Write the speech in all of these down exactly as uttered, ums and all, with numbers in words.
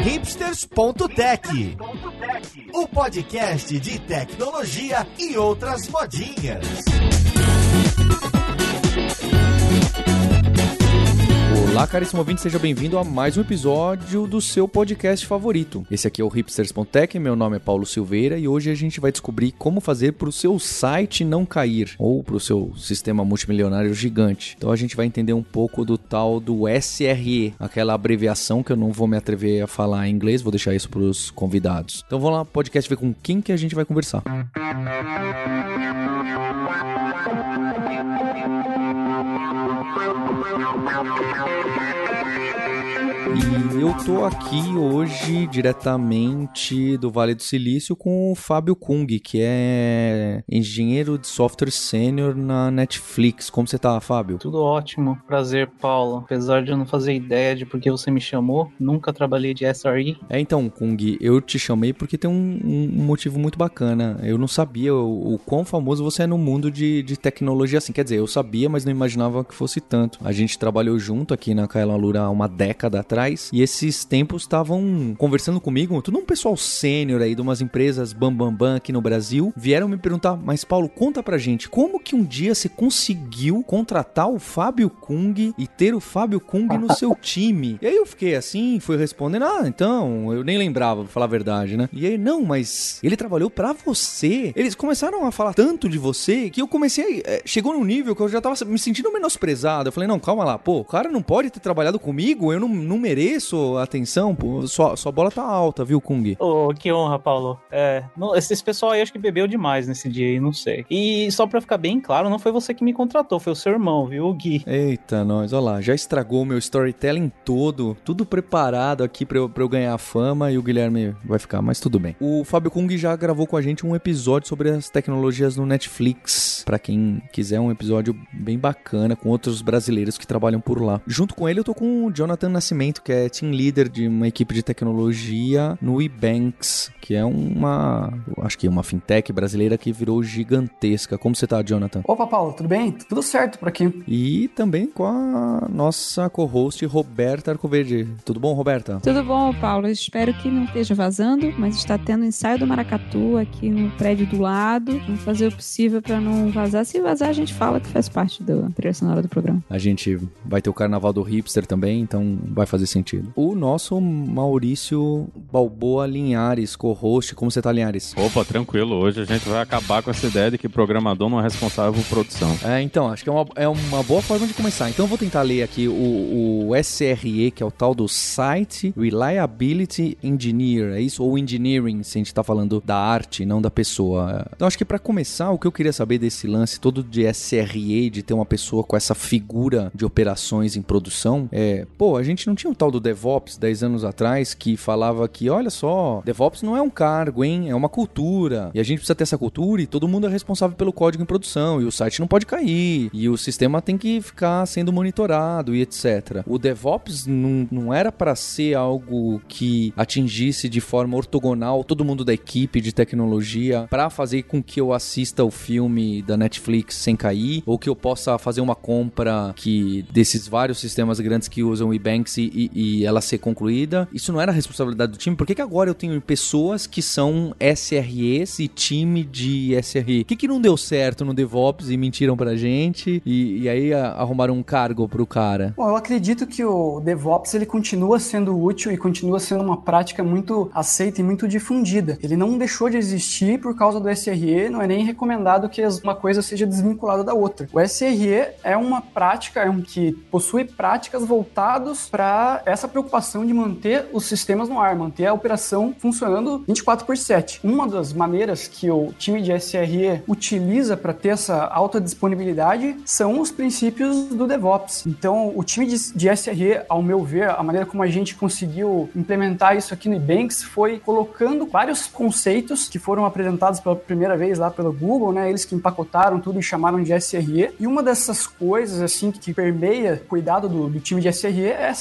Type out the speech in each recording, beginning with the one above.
hipsters ponto tech, o podcast de tecnologia e outras modinhas. Olá, caríssimo ouvinte, seja bem-vindo a mais um episódio do seu podcast favorito. Esse aqui é o hipsters ponto tech, meu nome é Paulo Silveira e hoje a gente vai descobrir como fazer para o seu site não cair ou para o seu sistema multimilionário gigante. Então a gente vai entender um pouco do tal do S R E, aquela abreviação que eu não vou me atrever a falar em inglês, vou deixar isso para os convidados. Então vamos lá, podcast, ver com quem que a gente vai conversar. E eu tô aqui hoje diretamente do Vale do Silício com o Fábio Kung, que é engenheiro de software sênior na Netflix. Como você tá, Fábio? Tudo ótimo. Prazer, Paulo. Apesar de eu não fazer ideia de por que você me chamou, nunca trabalhei de S R E. É, então, Kung, eu te chamei porque tem um, um motivo muito bacana. Eu não sabia o, o quão famoso você é no mundo de, de tecnologia assim. Quer dizer, eu sabia, mas não imaginava que fosse tanto. A gente trabalhou junto aqui na Kaelanlur há uma década atrás. E esses tempos estavam conversando comigo, tudo um pessoal sênior aí de umas empresas bam bam bam aqui no Brasil, vieram me perguntar, mas Paulo, conta pra gente, como que um dia você conseguiu contratar o Fábio Kung e ter o Fábio Kung no seu time? E aí eu fiquei assim, fui respondendo, ah, então, eu nem lembrava, pra falar a verdade, né? E aí, não, mas ele trabalhou pra você. Eles começaram a falar tanto de você que eu comecei, é, chegou num nível que eu já tava me sentindo menosprezado. Eu falei, não, calma lá, pô, o cara não pode ter trabalhado comigo, eu não, não mereço atenção, pô, sua, sua bola tá alta, viu, Kung? Ô, oh, que honra, Paulo. É, não, esse, esse pessoal aí acho que bebeu demais nesse dia aí, não sei. E só pra ficar bem claro, não foi você que me contratou, foi o seu irmão, viu, o Gui. Eita, nós, olha lá, já estragou o meu storytelling todo, tudo preparado aqui pra eu, pra eu ganhar fama e o Guilherme vai ficar, mas tudo bem. O Fábio Kung já gravou com a gente um episódio sobre as tecnologias no Netflix, pra quem quiser, um episódio bem bacana com outros brasileiros que trabalham por lá. Junto com ele eu tô com o Jonathan Nascimento, que é team leader de uma equipe de tecnologia no eBanks, que é uma, acho que uma fintech brasileira que virou gigantesca. Como você tá, Jonathan? Opa, Paulo, tudo bem? Tudo certo por aqui. E também com a nossa co-host Roberta Arcoverde. Tudo bom, Roberta? Tudo bom, Paulo. Eu espero que não esteja vazando, mas está tendo ensaio do Maracatu aqui no prédio do lado. Vamos fazer o possível para não vazar. Se vazar, a gente fala que faz parte da trilha sonora do programa. A gente vai ter o Carnaval do Hipster também, então vai fazer sentido. O nosso Maurício Balboa Linhares, co-host. Como você tá, Linhares? Opa, tranquilo. Hoje a gente vai acabar com essa ideia de que programador não é responsável por produção. É, então, acho que é uma, é uma boa forma de começar. Então eu vou tentar ler aqui o, o S R E, que é o tal do Site Reliability Engineer, é isso? Ou Engineering, se a gente tá falando da arte, não da pessoa. Então acho que pra começar, o que eu queria saber desse lance todo de S R E, de ter uma pessoa com essa figura de operações em produção, é, pô, a gente não tinha o tal do DevOps dez anos atrás que falava que, olha só, DevOps não é um cargo, hein? É uma cultura. E a gente precisa ter essa cultura e todo mundo é responsável pelo código em produção e o site não pode cair e o sistema tem que ficar sendo monitorado e etcétera. O DevOps não, não era para ser algo que atingisse de forma ortogonal todo mundo da equipe de tecnologia para fazer com que eu assista o filme da Netflix sem cair ou que eu possa fazer uma compra que desses vários sistemas grandes que usam o eBanks e, e, e ela ser concluída. Isso não era a responsabilidade do time. Por que que agora eu tenho pessoas que são S R Es e time de S R E? O que que não deu certo no DevOps e mentiram pra gente e, e aí a, arrumaram um cargo pro cara? Bom, eu acredito que o DevOps ele continua sendo útil e continua sendo uma prática muito aceita e muito difundida. Ele não deixou de existir por causa do S R E, não é nem recomendado que uma coisa seja desvinculada da outra. O S R E é uma prática, é um que possui práticas voltadas para essa preocupação de manter os sistemas no ar, manter a operação funcionando vinte e quatro por sete. Uma das maneiras que o time de S R E utiliza para ter essa alta disponibilidade são os princípios do DevOps. Então, o time de, de S R E, ao meu ver, a maneira como a gente conseguiu implementar isso aqui no eBanks foi colocando vários conceitos que foram apresentados pela primeira vez lá pelo Google, né? Eles que empacotaram tudo e chamaram de S R E. E uma dessas coisas, assim, que permeia o cuidado do, do time de S R E é, sem dúvida,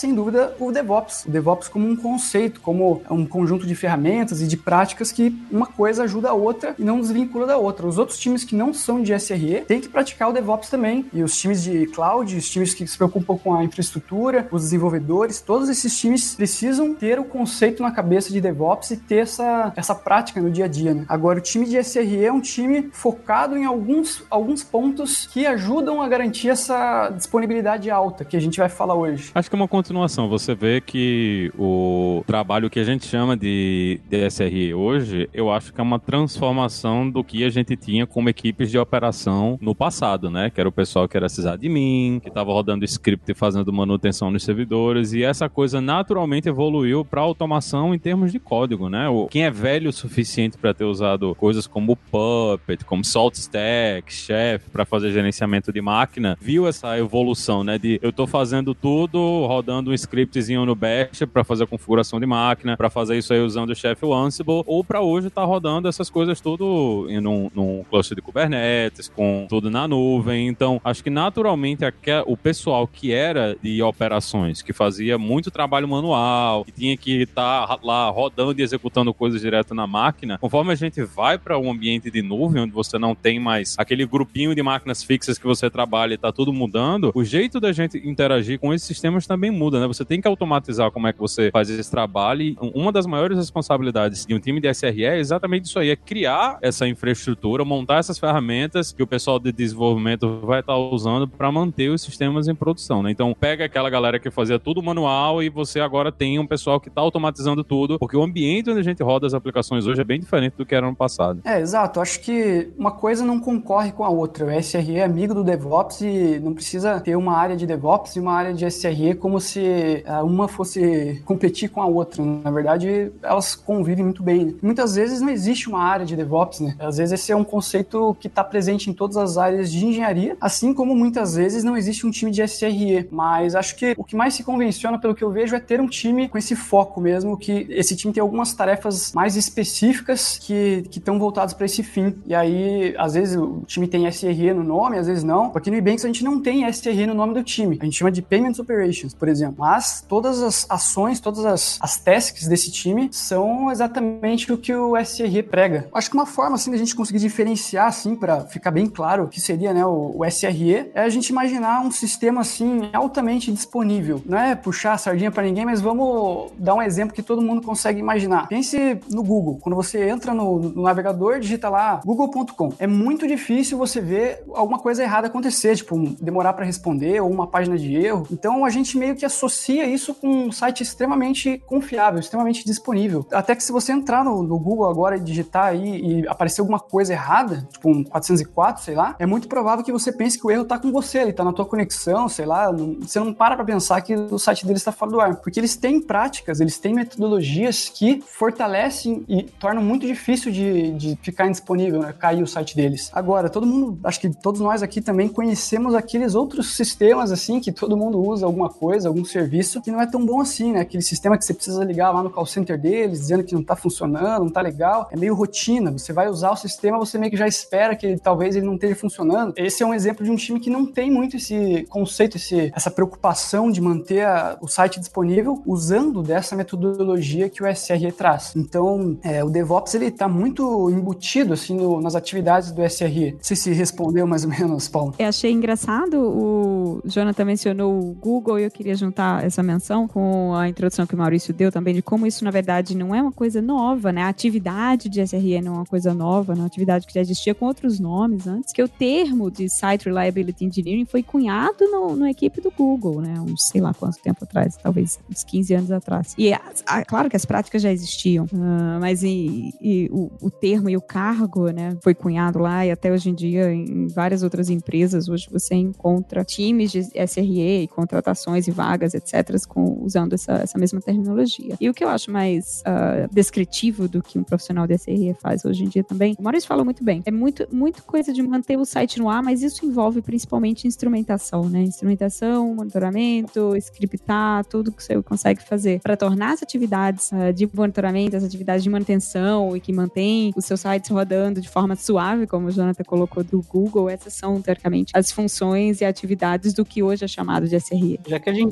estuda o DevOps. O DevOps como um conceito, como um conjunto de ferramentas e de práticas que uma coisa ajuda a outra e não desvincula da outra. Os outros times que não são de S R E têm que praticar o DevOps também. E os times de cloud, os times que se preocupam com a infraestrutura, os desenvolvedores, todos esses times precisam ter o conceito na cabeça de DevOps e ter essa, essa prática no dia a dia, né? Agora, o time de S R E é um time focado em alguns, alguns pontos que ajudam a garantir essa disponibilidade alta que a gente vai falar hoje. Acho que é uma continuação. Você vê que o trabalho que a gente chama de, de S R E hoje, eu acho que é uma transformação do que a gente tinha como equipes de operação no passado, né? Que era o pessoal que era sysadmin, que estava rodando script e fazendo manutenção nos servidores, e essa coisa naturalmente evoluiu para automação em termos de código, né? O, quem é velho o suficiente para ter usado coisas como Puppet, como SaltStack, Chef, para fazer gerenciamento de máquina, viu essa evolução, né? De eu tô fazendo tudo rodando um scriptzinho no Bash para fazer a configuração de máquina, para fazer isso aí usando o Chef o Ansible, ou para hoje tá rodando essas coisas tudo em um, num cluster de Kubernetes, com tudo na nuvem. Então, acho que naturalmente o pessoal que era de operações, que fazia muito trabalho manual, que tinha que estar tá lá rodando e executando coisas direto na máquina, conforme a gente vai para um ambiente de nuvem, onde você não tem mais aquele grupinho de máquinas fixas que você trabalha e tá tudo mudando, o jeito da gente interagir com esses sistemas também muda, né? Você tem que automatizar como é que você faz esse trabalho, e uma das maiores responsabilidades de um time de S R E é exatamente isso aí, é criar essa infraestrutura, montar essas ferramentas que o pessoal de desenvolvimento vai estar usando para manter os sistemas em produção, né? Então, pega aquela galera que fazia tudo manual e você agora tem um pessoal que está automatizando tudo, porque o ambiente onde a gente roda as aplicações hoje é bem diferente do que era no passado. É, exato. Acho que uma coisa não concorre com a outra. O S R E é amigo do DevOps e não precisa ter uma área de DevOps e uma área de S R E como se uma fosse competir com a outra. Na verdade, elas convivem muito bem. Muitas vezes não existe uma área de DevOps, né? Às vezes esse é um conceito que está presente em todas as áreas de engenharia, assim como muitas vezes não existe um time de S R E. Mas acho que o que mais se convenciona, pelo que eu vejo, é ter um time com esse foco mesmo, que esse time tem algumas tarefas mais específicas que estão voltadas para esse fim. E aí, às vezes, o time tem S R E no nome, às vezes não. Aqui no Ebanks a gente não tem S R E no nome do time. A gente chama de Payments Operations, por exemplo. Mas todas as ações, todas as, as tasks desse time são exatamente o que o S R E prega. Acho que uma forma, assim, da gente conseguir diferenciar, assim, para ficar bem claro o que seria, né, o, o S R E, é a gente imaginar um sistema, assim, altamente disponível. Não é puxar a sardinha para ninguém, mas vamos dar um exemplo que todo mundo consegue imaginar. Pense no Google. Quando você entra no, no navegador, digita lá google ponto com. É muito difícil você ver alguma coisa errada acontecer, tipo, demorar para responder ou uma página de erro. Então, a gente meio que associa isso com um site extremamente confiável, extremamente disponível. Até que se você entrar no, no Google agora e digitar aí e aparecer alguma coisa errada, tipo um quatrocentos e quatro, sei lá, é muito provável que você pense que o erro tá com você, ele tá na tua conexão, sei lá, não, você não para pra pensar que o site deles está fora do ar. Porque eles têm práticas, eles têm metodologias que fortalecem e tornam muito difícil de, de ficar indisponível, né, cair o site deles. Agora, todo mundo, acho que todos nós aqui também conhecemos aqueles outros sistemas, assim, que todo mundo usa alguma coisa, algum serviço, que não é tão bom assim, né? Aquele sistema que você precisa ligar lá no call center deles, dizendo que não tá funcionando, não tá legal. É meio rotina. Você vai usar o sistema, você meio que já espera que talvez ele não esteja funcionando. Esse é um exemplo de um time que não tem muito esse conceito, esse, essa preocupação de manter a, o site disponível usando dessa metodologia que o S R E traz. Então, é, o DevOps, ele tá muito embutido, assim, no, nas atividades do S R E. Não sei se respondeu mais ou menos, Paulo. Eu achei engraçado, o Jonathan mencionou o Google e eu queria juntar essa menção com a introdução que o Maurício deu também de como isso, na verdade, não é uma coisa nova, né? A atividade de S R E não é uma coisa nova, não é uma atividade que já existia com outros nomes antes, que o termo de Site Reliability Engineering foi cunhado no, na equipe do Google, né? Uns, sei lá quanto tempo atrás, talvez uns quinze anos atrás. E, a, a, claro que as práticas já existiam, uh, mas e, e o, o termo e o cargo, né, foi cunhado lá e até hoje em dia em várias outras empresas, hoje você encontra times de S R E e contratações e vagas, etcétera, com, usando essa, essa mesma terminologia. E o que eu acho mais uh, descritivo do que um profissional de S R E faz hoje em dia também, o Maurício falou muito bem, é muito, muito coisa de manter o site no ar, mas isso envolve principalmente instrumentação, né? Instrumentação, monitoramento, scriptar, tudo que você consegue fazer para tornar as atividades uh, de monitoramento, as atividades de manutenção e que mantém os seus sites rodando de forma suave, como o Jonathan colocou do Google, essas são, teoricamente, as funções e atividades do que hoje é chamado de S R E. Já que a gente, a gente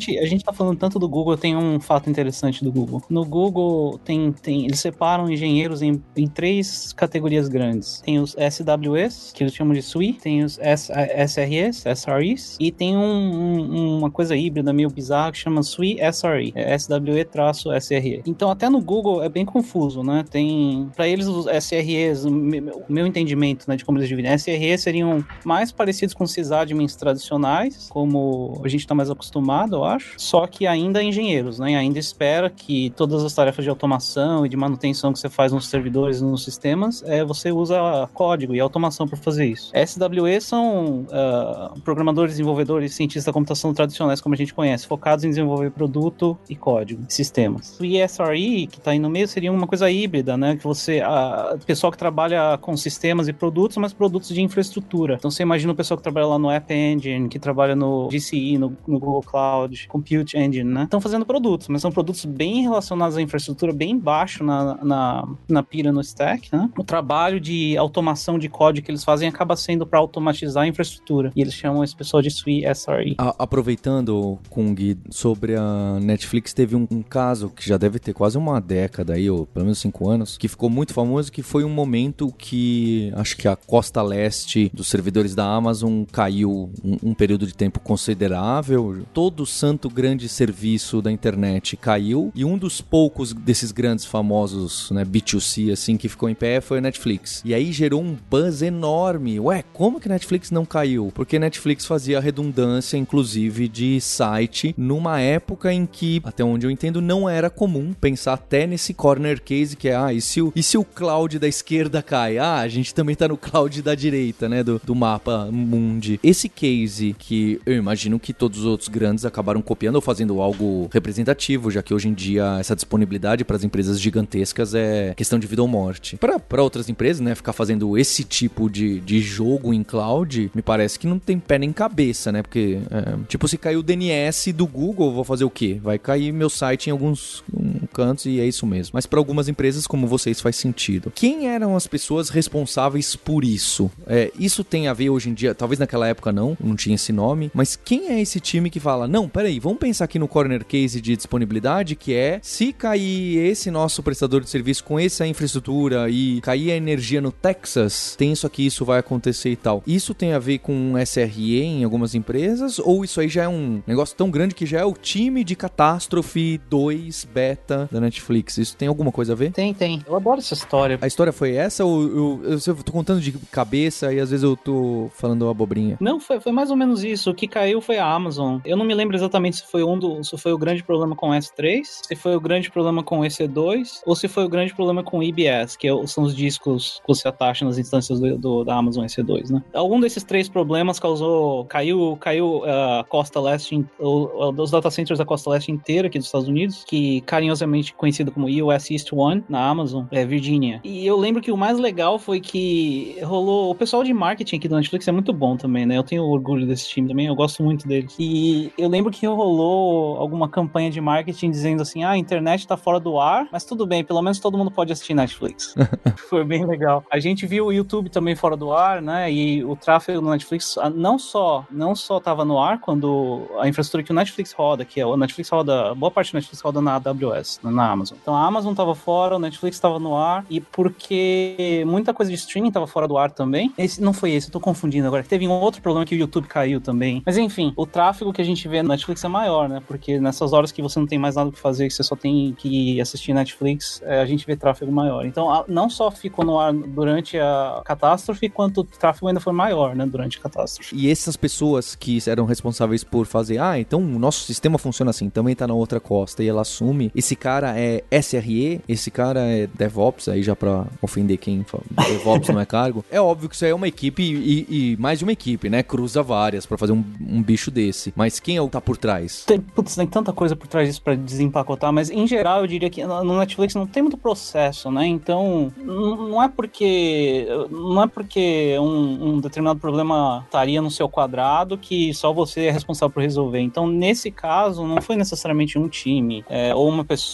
tá falando tanto do Google, tem um fato interessante do Google. No Google, tem, tem, eles separam engenheiros em, em três categorias grandes. Tem os S W S, que eles chamam de S W I, tem os S R Es, S R Es, e tem um, um, uma coisa híbrida meio bizarra que chama S W I S R E, é S W E-S R E. Então, até no Google é bem confuso, né? Tem, pra eles, os S R Es, o meu, meu entendimento, né, de como eles dividem, S R Es seriam mais parecidos com sysadmins tradicionais, como a gente tá mais acostumado, eu acho, só que ainda engenheiros, né? Ainda espera que todas as tarefas de automação e de manutenção que você faz nos servidores e nos sistemas, é, você usa código e automação para fazer isso. S W E são uh, programadores, desenvolvedores, cientistas da computação tradicionais, como a gente conhece, focados em desenvolver produto e código, sistemas. O E S R E, que tá aí no meio, seria uma coisa híbrida, né? Que você, uh, pessoal que trabalha com sistemas e produtos, mas produtos de infraestrutura. Então você imagina o pessoal que trabalha lá no App Engine, que trabalha no G C E, no, no Google Cloud, Compute Engine, né? Estão fazendo produtos, mas são produtos bem relacionados à infraestrutura, bem baixo na, na, na pira, no stack, né? O trabalho de automação de código que eles fazem acaba sendo para automatizar a infraestrutura. E eles chamam esse pessoal de S W I S R E. A, aproveitando, Kung, sobre a Netflix, teve um, um caso que já deve ter quase uma década aí, ou pelo menos cinco anos, que ficou muito famoso, que foi um momento que acho que a costa leste dos servidores da Amazon caiu um, um período de tempo considerável. Todo santo grande serviço da internet caiu, e um dos poucos desses grandes famosos, né, B dois C, assim, que ficou em pé foi a Netflix. E aí gerou um buzz enorme. Ué, como que a Netflix não caiu? Porque a Netflix fazia a redundância, inclusive, de site numa época em que, até onde eu entendo, não era comum pensar até nesse corner case que é, ah, e se o, e se o cloud da esquerda cai? Ah, a gente também tá no cloud da direita, né, do, do mapa mundi. Esse case que eu imagino que todos os outros grandes acabaram copiando ou fazendo algo representativo, já que hoje em dia essa disponibilidade para as empresas gigantescas é questão de vida ou morte. Para outras empresas, né, ficar fazendo esse tipo de, de jogo em cloud, me parece que não tem pé nem cabeça, né, porque, é, tipo, se cair o D N S do Google, vou fazer o quê? Vai cair meu site em alguns um, cantos e é isso mesmo. Mas para algumas empresas como vocês faz sentido. Quem eram as pessoas responsáveis por isso? É, isso tem a ver hoje em dia, talvez naquela época não, não tinha esse nome, mas quem é esse time que fala, não, peraí, vamos pensar aqui no corner case de disponibilidade, que é, se cair esse nosso prestador de serviço com essa infraestrutura e cair a energia no Texas, tem isso aqui, isso vai acontecer e tal. Isso tem a ver com S R E em algumas empresas, ou isso aí já é um negócio tão grande que já é o time de catástrofe dois beta da Netflix? Isso tem alguma coisa a ver? Tem, tem. Eu adoro essa história. A história foi essa ou eu, eu, eu tô contando de cabeça e às vezes eu tô falando abobrinha? Não, foi, foi mais ou menos isso. O que caiu foi a Amazon. Eu não me lembro exatamente se foi um do, se foi o grande problema com o S três, se foi o grande problema com o E C dois, ou se foi o grande problema com o I B S, que é, são os discos que você atacha nas instâncias do, do, da Amazon E C dois, né? Algum desses três problemas causou, caiu, caiu a costa leste, os data centers da costa leste inteira aqui dos Estados Unidos, que carinhosamente conhecido como U S East One, na Amazon, é Virginia. E eu lembro que o mais legal foi que rolou, o pessoal de marketing aqui do Netflix é muito bom também, né? Eu tenho orgulho desse time também, eu gosto muito deles. E eu lembro que rolou alguma campanha de marketing dizendo assim, ah, a internet tá fora do ar, mas tudo bem, pelo menos todo mundo pode assistir Netflix. Foi bem legal. A gente viu o YouTube também fora do ar, né? E o tráfego no Netflix não só, não só tava no ar quando a infraestrutura que o Netflix roda, que é o Netflix roda, boa parte do Netflix roda na A W S, na Amazon. Então a Amazon tava fora, o Netflix tava no ar, e porque muita coisa de streaming tava fora do ar também. Esse não foi esse, eu tô confundindo agora. Teve um outro problema que o YouTube caiu também. Mas enfim, o tráfego que a gente vê no Netflix é maior, né? Porque nessas horas que você não tem mais nada pra fazer, que você só tem que assistir Netflix, a gente vê tráfego maior. Então não só ficou no ar durante a catástrofe, quanto o tráfego ainda foi maior, né? Durante a catástrofe. E essas pessoas que eram responsáveis por fazer, ah, então o nosso sistema funciona assim, também tá na outra costa, e ela assume, esse cara é S R E, esse cara é DevOps, aí já pra ofender quem fala, DevOps não é cargo. É óbvio que isso aí é uma equipe e, e mais de uma equipe, né? Cruza várias pra fazer um, um bicho desse. Mas quem é o que tá por trás? Tem, putz, tem tanta coisa por trás disso pra desempacotar, mas em geral eu diria que no Netflix não tem muito processo, né? Então, não é porque não é porque um, um determinado problema estaria no seu quadrado que só você é responsável por resolver. Então, nesse caso, não foi necessariamente um time, é, ou uma pessoa,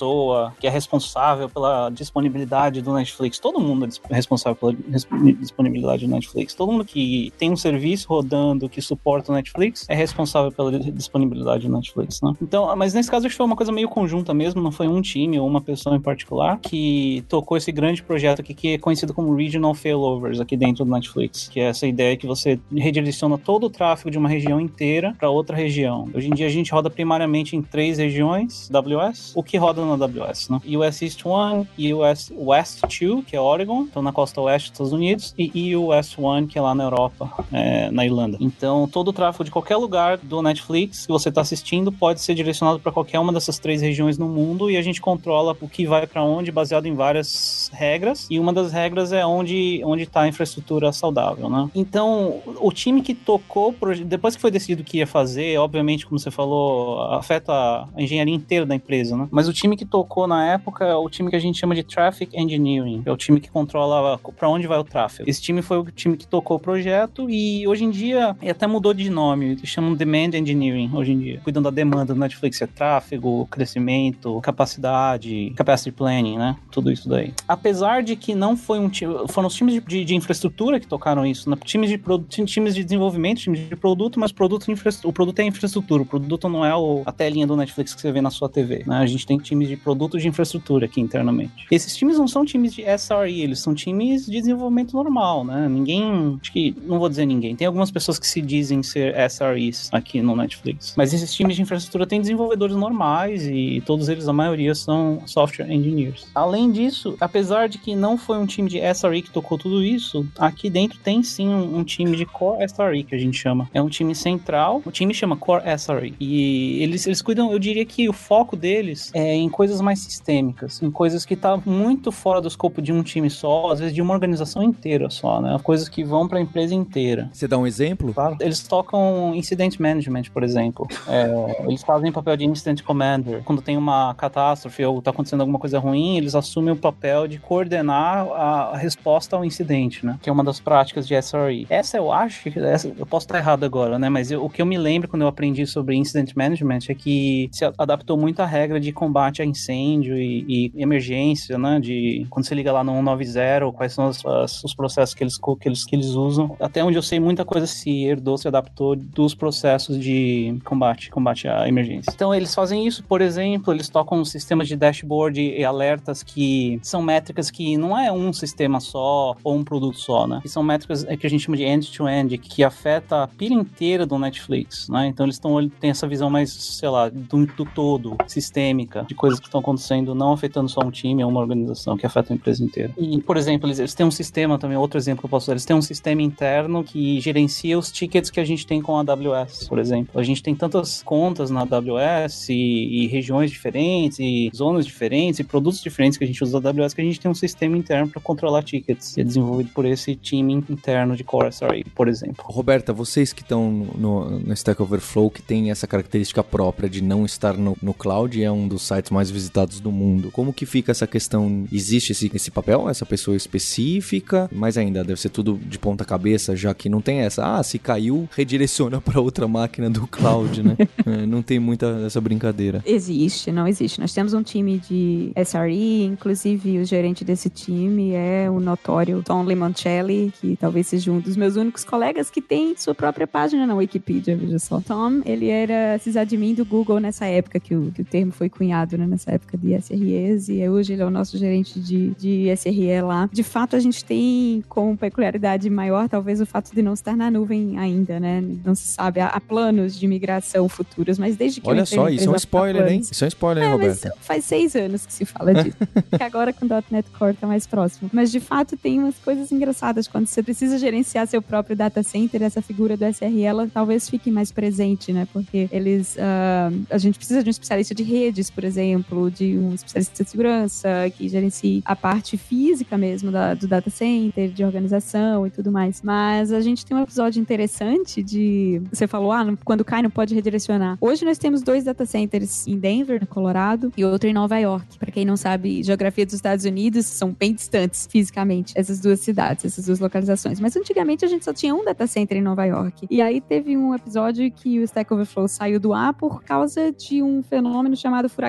pessoa que é responsável pela disponibilidade do Netflix. Todo mundo é responsável pela disponibilidade do Netflix. Todo mundo que tem um serviço rodando que suporta o Netflix é responsável pela disponibilidade do Netflix, né? Então, mas nesse caso acho que foi uma coisa meio conjunta mesmo, não foi um time ou uma pessoa em particular que tocou esse grande projeto aqui que é conhecido como Regional Failovers aqui dentro do Netflix, que é essa ideia que você redireciona todo o tráfego de uma região inteira para outra região. Hoje em dia a gente roda primariamente em três regiões A W S, o que roda na A W S, né? U S East um, U S West dois, que é Oregon, então na costa oeste dos Estados Unidos, e E U S um, que é lá na Europa, é, na Irlanda. Então todo o tráfego de qualquer lugar do Netflix que você está assistindo pode ser direcionado para qualquer uma dessas três regiões no mundo e a gente controla o que vai para onde baseado em várias regras, e uma das regras é onde onde está a infraestrutura saudável, né? Então o time que tocou, depois que foi decidido o que ia fazer, obviamente, como você falou, afeta a engenharia inteira da empresa, né? Mas o time que tocou na época é o time que a gente chama de Traffic Engineering, é o time que controla para onde vai o tráfego. Esse time foi o time que tocou o projeto e hoje em dia até mudou de nome, eles chamam Demand Engineering hoje em dia, cuidando da demanda do Netflix, é tráfego, crescimento, capacidade, capacity planning, né? Tudo isso daí. Apesar de que não foi um time, foram os times de, de, de infraestrutura que tocaram isso, né? Times de, times de desenvolvimento, times de produto, mas produto infra, o produto é infraestrutura, o produto não é o, a telinha do Netflix que você vê na sua T V, né? A gente tem times de produto de infraestrutura aqui internamente. Esses times não são times de S R E, eles são times de desenvolvimento normal, né? Ninguém, acho que, não vou dizer ninguém, tem algumas pessoas que se dizem ser S R Es aqui no Netflix, mas esses times de infraestrutura têm desenvolvedores normais e todos eles, a maioria, são software engineers. Além disso, apesar de que não foi um time de S R E que tocou tudo isso, aqui dentro tem sim um, um time de Core S R E, que a gente chama. É um time central, o time chama Core S R E. E eles, eles cuidam, eu diria que o foco deles é em coisas mais sistêmicas, em coisas que tá muito fora do escopo de um time só, às vezes de uma organização inteira só, né? Coisas que vão para a empresa inteira. Você dá um exemplo? Claro. Eles tocam Incident Management, por exemplo. É, eles fazem o papel de Incident Commander. Quando tem uma catástrofe ou tá acontecendo alguma coisa ruim, eles assumem o papel de coordenar a, a resposta ao incidente, né? Que é uma das práticas de S R E. Essa eu acho que... Essa, eu posso estar errado agora, né? Mas eu, o que eu me lembro quando eu aprendi sobre Incident Management é que se adaptou muito à regra de combate a incêndio e, e emergência, né? De quando você liga lá no cento e noventa, quais são as, as, os processos que eles, que, eles, que eles usam. Até onde eu sei, muita coisa se herdou, se adaptou dos processos de combate, combate à emergência. Então, eles fazem isso, por exemplo, eles tocam sistemas de dashboard e alertas que são métricas que não é um sistema só ou um produto só, né? Que são métricas que a gente chama de end-to-end, que afeta a pilha inteira do Netflix, né? Então, eles tão, têm essa visão mais, sei lá, do, do todo, sistêmica, de coisas que estão acontecendo, não afetando só um time ou uma organização, que afeta a empresa inteira. E, por exemplo, eles, eles têm um sistema também, outro exemplo que eu posso dar, eles têm um sistema interno que gerencia os tickets que a gente tem com a A W S, por exemplo. A gente tem tantas contas na A W S e, e regiões diferentes, e zonas diferentes, e produtos diferentes que a gente usa na A W S, que a gente tem um sistema interno para controlar tickets, que é desenvolvido por esse time interno de Core S R E, por exemplo. Roberta, vocês que estão no, no Stack Overflow, que tem essa característica própria de não estar no, no cloud, é um dos sites mais visitados do mundo. Como que fica essa questão? Existe esse, esse papel, essa pessoa específica? Mas ainda deve ser tudo de ponta cabeça, já que não tem essa, ah, se caiu, redireciona para outra máquina do cloud, né? É, não tem muita essa brincadeira. Existe, não existe. Nós temos um time de S R E, inclusive o gerente desse time é o notório Tom Limoncelli, que talvez seja um dos meus únicos colegas que tem sua própria página na Wikipedia, veja só. Tom, ele era sysadmin do Google nessa época que o, que o termo foi cunhado, né? Nessa época de S R Es, e hoje ele é o nosso gerente de, de S R E lá. De fato, a gente tem como peculiaridade maior, talvez, o fato de não estar na nuvem ainda, né? Não se sabe, há, há planos de migração futuros, mas desde que Olha eu só, isso é um spoiler, hein? Isso é um spoiler, hein, é, Roberta? Mas faz seis anos que se fala disso. Que agora com o .ponto net Core tá mais próximo. Mas, de fato, tem umas coisas engraçadas. Quando você precisa gerenciar seu próprio data center, essa figura do S R E, ela talvez fique mais presente, né? Porque eles... Uh, a gente precisa de um especialista de redes, por exemplo, de um especialista de segurança, que gerencie a parte física mesmo da, do data center, de organização e tudo mais. Mas a gente tem um episódio interessante de... Você falou, ah, quando cai não pode redirecionar. Hoje nós temos dois data centers em Denver, no Colorado, e outro em Nova York. Pra quem não sabe, geografia dos Estados Unidos são bem distantes fisicamente, essas duas cidades, essas duas localizações. Mas antigamente a gente só tinha um data center em Nova York. E aí teve um episódio que o Stack Overflow saiu do ar por causa de um fenômeno chamado Furacão Sandy.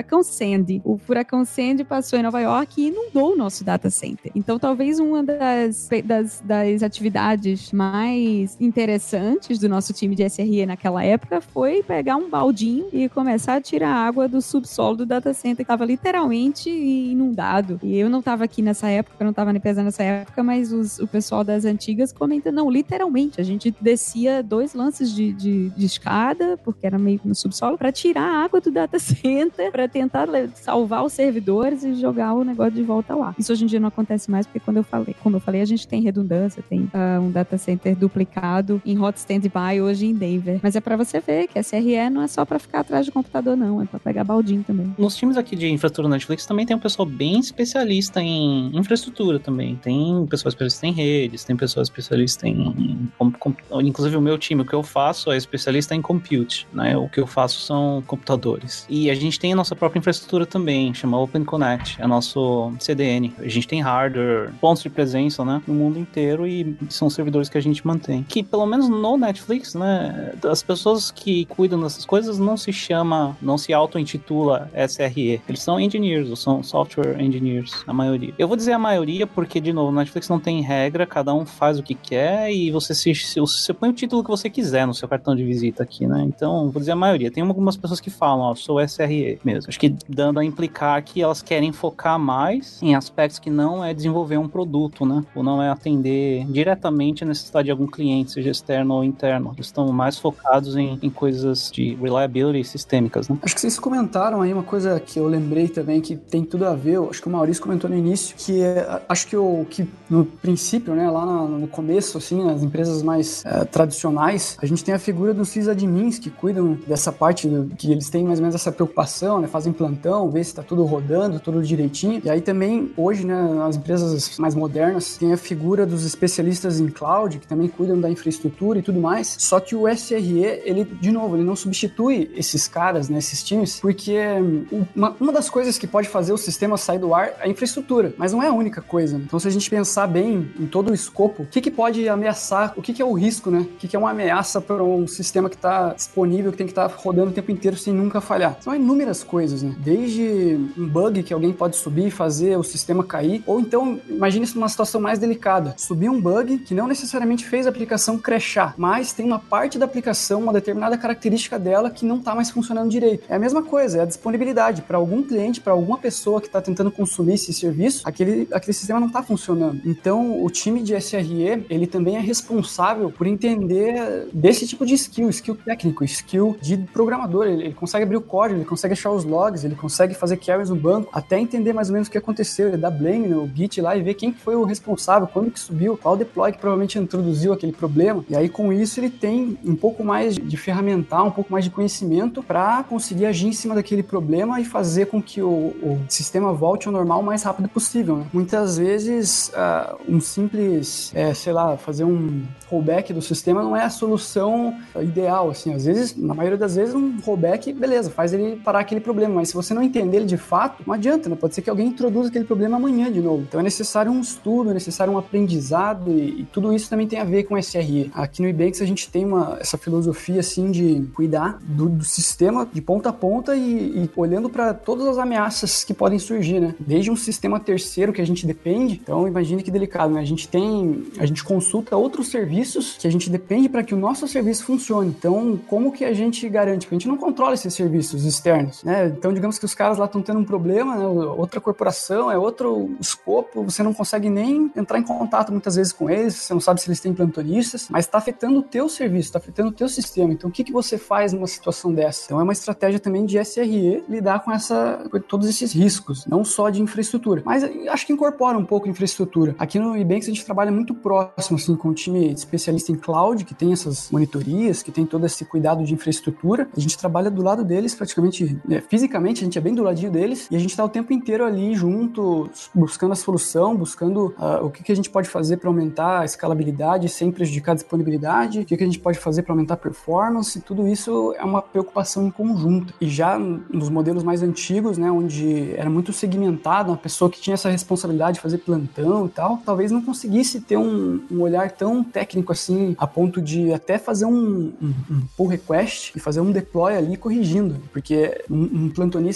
Sandy. O furacão Sandy passou em Nova York e inundou o nosso data center. Então, talvez uma das, das, das atividades mais interessantes do nosso time de S R E naquela época foi pegar um baldinho e começar a tirar água do subsolo do data center, que estava literalmente inundado. E eu não estava aqui nessa época, eu não estava nem pesando nessa época, mas os, o pessoal das antigas comenta, não, literalmente, a gente descia dois lances de, de, de escada, porque era meio no subsolo, para tirar a água do data center, para tentar salvar os servidores e jogar o negócio de volta lá. Isso hoje em dia não acontece mais, porque quando eu falei, como eu falei, a gente tem redundância, tem uh, um data center duplicado em hot standby hoje em Denver. Mas é para você ver que a S R E não é só para ficar atrás do computador, não, é para pegar baldinho também. Nos times aqui de infraestrutura Netflix também tem um pessoal bem especialista em infraestrutura também. Tem pessoas especialistas em redes, tem pessoas especialistas em... Com, com, inclusive o meu time, o que eu faço é especialista em compute, né? O que eu faço são computadores. E a gente tem a nossa própria infraestrutura também, chama Open Connect, é nosso C D N. A gente tem hardware, pontos de presença, né? No mundo inteiro e são servidores que a gente mantém. Que pelo menos no Netflix, né? As pessoas que cuidam dessas coisas não se chama, não se auto-intitula S R E. Eles são engineers, ou são software engineers, a maioria. Eu vou dizer a maioria porque, de novo, o Netflix não tem regra, cada um faz o que quer e você se, se você põe o título que você quiser no seu cartão de visita aqui, né? Então, vou dizer a maioria. Tem algumas pessoas que falam, ó, sou S R E mesmo. Acho que dando a implicar que elas querem focar mais em aspectos que não é desenvolver um produto, né? Ou não é atender diretamente a necessidade de algum cliente, seja externo ou interno. Eles estão mais focados em, em coisas de reliability sistêmicas, né? Acho que vocês comentaram aí uma coisa que eu lembrei também que tem tudo a ver, acho que o Maurício comentou no início, que é, acho que o que no princípio, né, lá no, no começo, assim, nas empresas mais é, tradicionais, a gente tem a figura dos sysadmins que cuidam dessa parte, do, que eles têm mais ou menos essa preocupação, né, fazem plantão, vê se está tudo rodando, tudo direitinho. E aí também, hoje, né, nas empresas mais modernas, tem a figura dos especialistas em cloud, que também cuidam da infraestrutura e tudo mais. Só que o S R E, ele, de novo, ele não substitui esses caras, né, esses times, porque uma, uma das coisas que pode fazer o sistema sair do ar é a infraestrutura, mas não é a única coisa. Né? Então, se a gente pensar bem em todo o escopo, o que, que pode ameaçar, o que, que é o risco, né? O que, que é uma ameaça para um sistema que está disponível, que tem que estar tá rodando o tempo inteiro sem nunca falhar? São inúmeras coisas, né? Desde um bug que alguém pode subir e fazer o sistema cair, ou então, imagine isso numa situação mais delicada. Subir um bug que não necessariamente fez a aplicação crashar, mas tem uma parte da aplicação, uma determinada característica dela que não está mais funcionando direito. É a mesma coisa, é a disponibilidade. Para algum cliente, para alguma pessoa que está tentando consumir esse serviço, aquele, aquele sistema não está funcionando. Então, o time de S R E, ele também é responsável por entender desse tipo de skill, skill técnico, skill de programador. Ele, ele consegue abrir o código, ele consegue achar os logs, ele consegue fazer carries no banco, até entender mais ou menos o que aconteceu. Ele dá blame no Git lá e ver quem foi o responsável, quando que subiu, qual deploy que provavelmente introduziu aquele problema. E aí, com isso, ele tem um pouco mais de ferramental, um pouco mais de conhecimento para conseguir agir em cima daquele problema e fazer com que o, o sistema volte ao normal o mais rápido possível. Né? Muitas vezes, uh, um simples, é, sei lá, fazer um rollback do sistema não é a solução ideal, assim, às vezes, na maioria das vezes, um rollback, beleza, faz ele parar aquele problema, mas se você não entender ele de fato, não adianta, né? Pode ser que alguém introduza aquele problema amanhã de novo. Então é necessário um estudo, é necessário um aprendizado e, e tudo isso também tem a ver com S R E. Aqui no Ibanks a gente tem uma, essa filosofia, assim, de cuidar do, do sistema de ponta a ponta e, e olhando para todas as ameaças que podem surgir, né? Desde um sistema terceiro que a gente depende, então imagine que delicado, né? A gente tem, a gente consulta outros serviços que a gente depende para que o nosso serviço funcione. Então, como que a gente garante? Porque a gente não controla esses serviços externos, né? Então, digamos que os caras lá estão tendo um problema, né? Outra corporação, é outro escopo, você não consegue nem entrar em contato muitas vezes com eles, você não sabe se eles têm plantonistas, mas está afetando o teu serviço, está afetando o teu sistema. Então, o que, que você faz numa situação dessa? Então, é uma estratégia também de S R E lidar com, essa, com todos esses riscos, não só de infraestrutura, mas acho que incorpora um pouco de infraestrutura. Aqui no Ibanks a gente trabalha muito próximo, assim, com o time especialista em cloud, que tem essas monitorias, que tem todo esse cuidado de infraestrutura. A gente trabalha do lado deles, praticamente, né, fisicamente, a gente é bem do ladinho deles, e a gente está o tempo inteiro ali junto, buscando a solução, buscando uh, o que, que a gente pode fazer para aumentar a escalabilidade sem prejudicar a disponibilidade, o que, que a gente pode fazer para aumentar a performance, tudo isso é uma preocupação em conjunto. E já nos modelos mais antigos, né, onde era muito segmentado, uma pessoa que tinha essa responsabilidade de fazer plantão e tal, talvez não conseguisse ter um, um olhar tão técnico assim, a ponto de até fazer um, um, um pull request e fazer um deploy ali corrigindo, porque um, um plantonista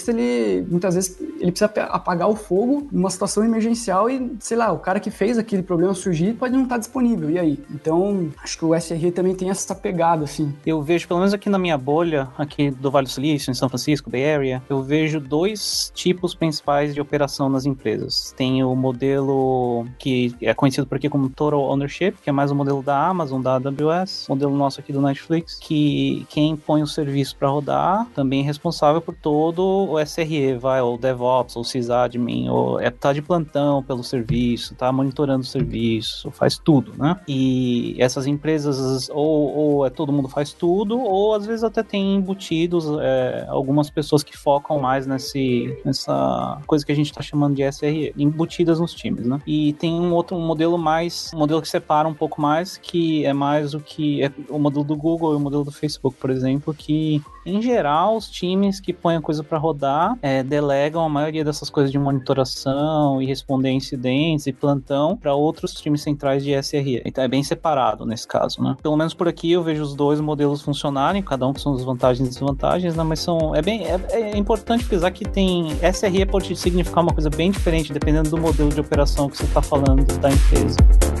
analista, ele muitas vezes ele precisa apagar o fogo numa situação emergencial e, sei lá, o cara que fez aquele problema surgir pode não estar disponível, e aí? Então, acho que o S R E também tem essa pegada, assim. Eu vejo, pelo menos aqui na minha bolha, aqui do Vale do Silício, em São Francisco, Bay Area, eu vejo dois tipos principais de operação nas empresas. Tem o modelo que é conhecido por aqui como Total Ownership, que é mais o modelo da Amazon, da A W S, modelo nosso aqui do Netflix, que quem põe o serviço para rodar também é responsável por todo o S R E, vai, ou DevOps, ou sysadmin, ou é, tá de plantão pelo serviço, tá monitorando o serviço, faz tudo, né? E essas empresas, ou, ou é todo mundo faz tudo, ou às vezes até tem embutidos é, algumas pessoas que focam mais nesse, nessa coisa que a gente tá chamando de S R E, embutidas nos times, né? E tem um outro um modelo mais, um modelo que separa um pouco mais, que é mais o que é o modelo do Google e o modelo do Facebook, por exemplo, que em geral os times que põem a coisa para rodar é, delegam a maioria dessas coisas de monitoração e responder a incidentes e plantão para outros times centrais de S R E. Então é bem separado nesse caso, né? Pelo menos por aqui eu vejo os dois modelos funcionarem, cada um com suas vantagens e desvantagens, né? Mas são, é, bem, é, é importante frisar que tem S R E pode significar uma coisa bem diferente dependendo do modelo de operação que você está falando da empresa.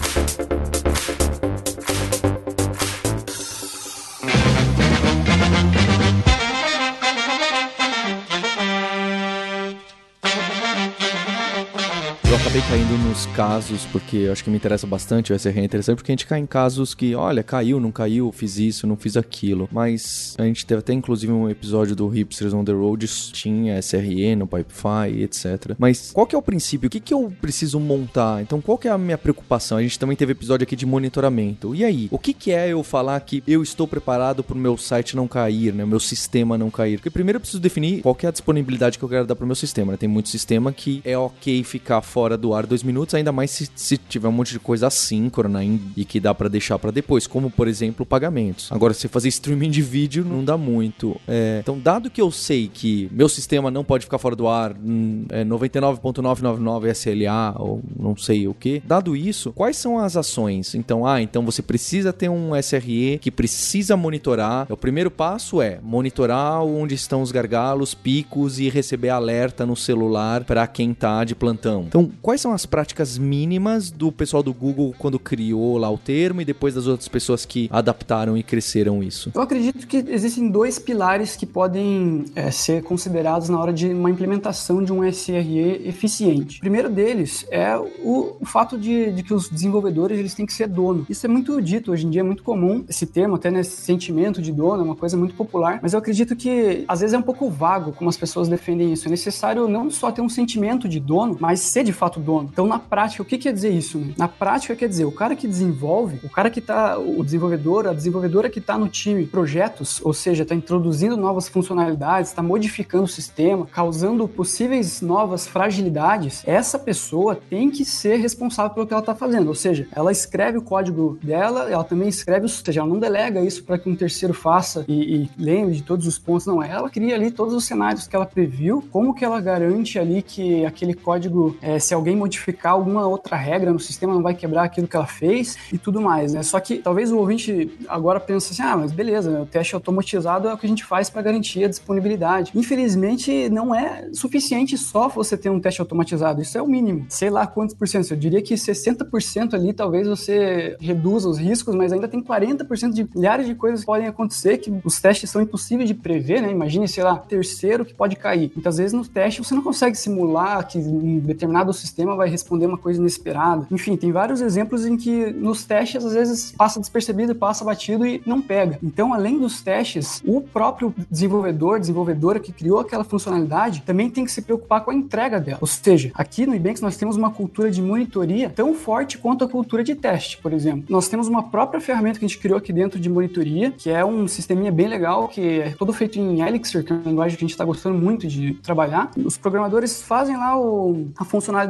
Eu acabei caindo nos casos, porque eu acho que me interessa bastante, o S R E é interessante, porque a gente cai em casos que, olha, caiu, não caiu, fiz isso, não fiz aquilo. Mas a gente teve até, inclusive, um episódio do Hipsters on the Road, tinha S R E no Pipefy, etcétera. Mas qual que é o princípio? O que que eu preciso montar? Então, qual que é a minha preocupação? A gente também teve episódio aqui de monitoramento. E aí? O que que é eu falar que eu estou preparado para o meu site não cair, né? O meu sistema não cair? Porque primeiro eu preciso definir qual que é a disponibilidade que eu quero dar para o meu sistema, né? Tem muito sistema que é ok ficar fora do ar dois minutos, ainda mais se, se tiver um monte de coisa assíncrona e que dá pra deixar pra depois, como por exemplo pagamentos. Agora, se fazer streaming de vídeo não dá muito. É, então, dado que eu sei que meu sistema não pode ficar fora do ar, é noventa e nove ponto novecentos e noventa e nove S L A ou não sei o que, dado isso, quais são as ações? Então, ah, então você precisa ter um S R E que precisa monitorar. O primeiro passo é monitorar onde estão os gargalos, picos e receber alerta no celular para quem tá de plantão. Então, quais são as práticas mínimas do pessoal do Google quando criou lá o termo e depois das outras pessoas que adaptaram e cresceram isso? Eu acredito que existem dois pilares que podem é, ser considerados na hora de uma implementação de um S R E eficiente. O primeiro deles é o, o fato de, de que os desenvolvedores eles têm que ser dono. Isso é muito dito hoje em dia, é muito comum esse termo, até nesse sentimento de dono, é uma coisa muito popular, mas eu acredito que às vezes é um pouco vago como as pessoas defendem isso. É necessário não só ter um sentimento de dono, mas ser de fato dono. Então, na prática, o que quer dizer isso? Né? Na prática, quer dizer, o cara que desenvolve, o cara que tá, o desenvolvedor, a desenvolvedora que está no time projetos, ou seja, está introduzindo novas funcionalidades, está modificando o sistema, causando possíveis novas fragilidades, essa pessoa tem que ser responsável pelo que ela está fazendo. Ou seja, ela escreve o código dela, ela também escreve, ou seja, ela não delega isso para que um terceiro faça e, e lembre de todos os pontos, não. Ela cria ali todos os cenários que ela previu, como que ela garante ali que aquele código, é, se alguém modificar alguma outra regra no sistema, não vai quebrar aquilo que ela fez e tudo mais, né? Só que talvez o ouvinte agora pense assim, ah, mas beleza, o teste automatizado é o que a gente faz para garantir a disponibilidade. Infelizmente, não é suficiente só você ter um teste automatizado, isso é o mínimo. Sei lá quantos por cento, eu diria que sessenta por cento ali talvez você reduza os riscos, mas ainda tem quarenta por cento de milhares de coisas que podem acontecer, que os testes são impossíveis de prever, né? Imagine, sei lá, terceiro que pode cair. Muitas vezes no teste você não consegue simular que um determinado sistema vai responder uma coisa inesperada. Enfim, tem vários exemplos em que nos testes às vezes passa despercebido, passa batido e não pega. Então, além dos testes, o próprio desenvolvedor, desenvolvedora que criou aquela funcionalidade também tem que se preocupar com a entrega dela. Ou seja, aqui no Ibanks nós temos uma cultura de monitoria tão forte quanto a cultura de teste, por exemplo. Nós temos uma própria ferramenta que a gente criou aqui dentro de monitoria, que é um sisteminha bem legal, que é todo feito em Elixir, que é uma linguagem que a gente está gostando muito de trabalhar. Os programadores fazem lá o, a funcionalidade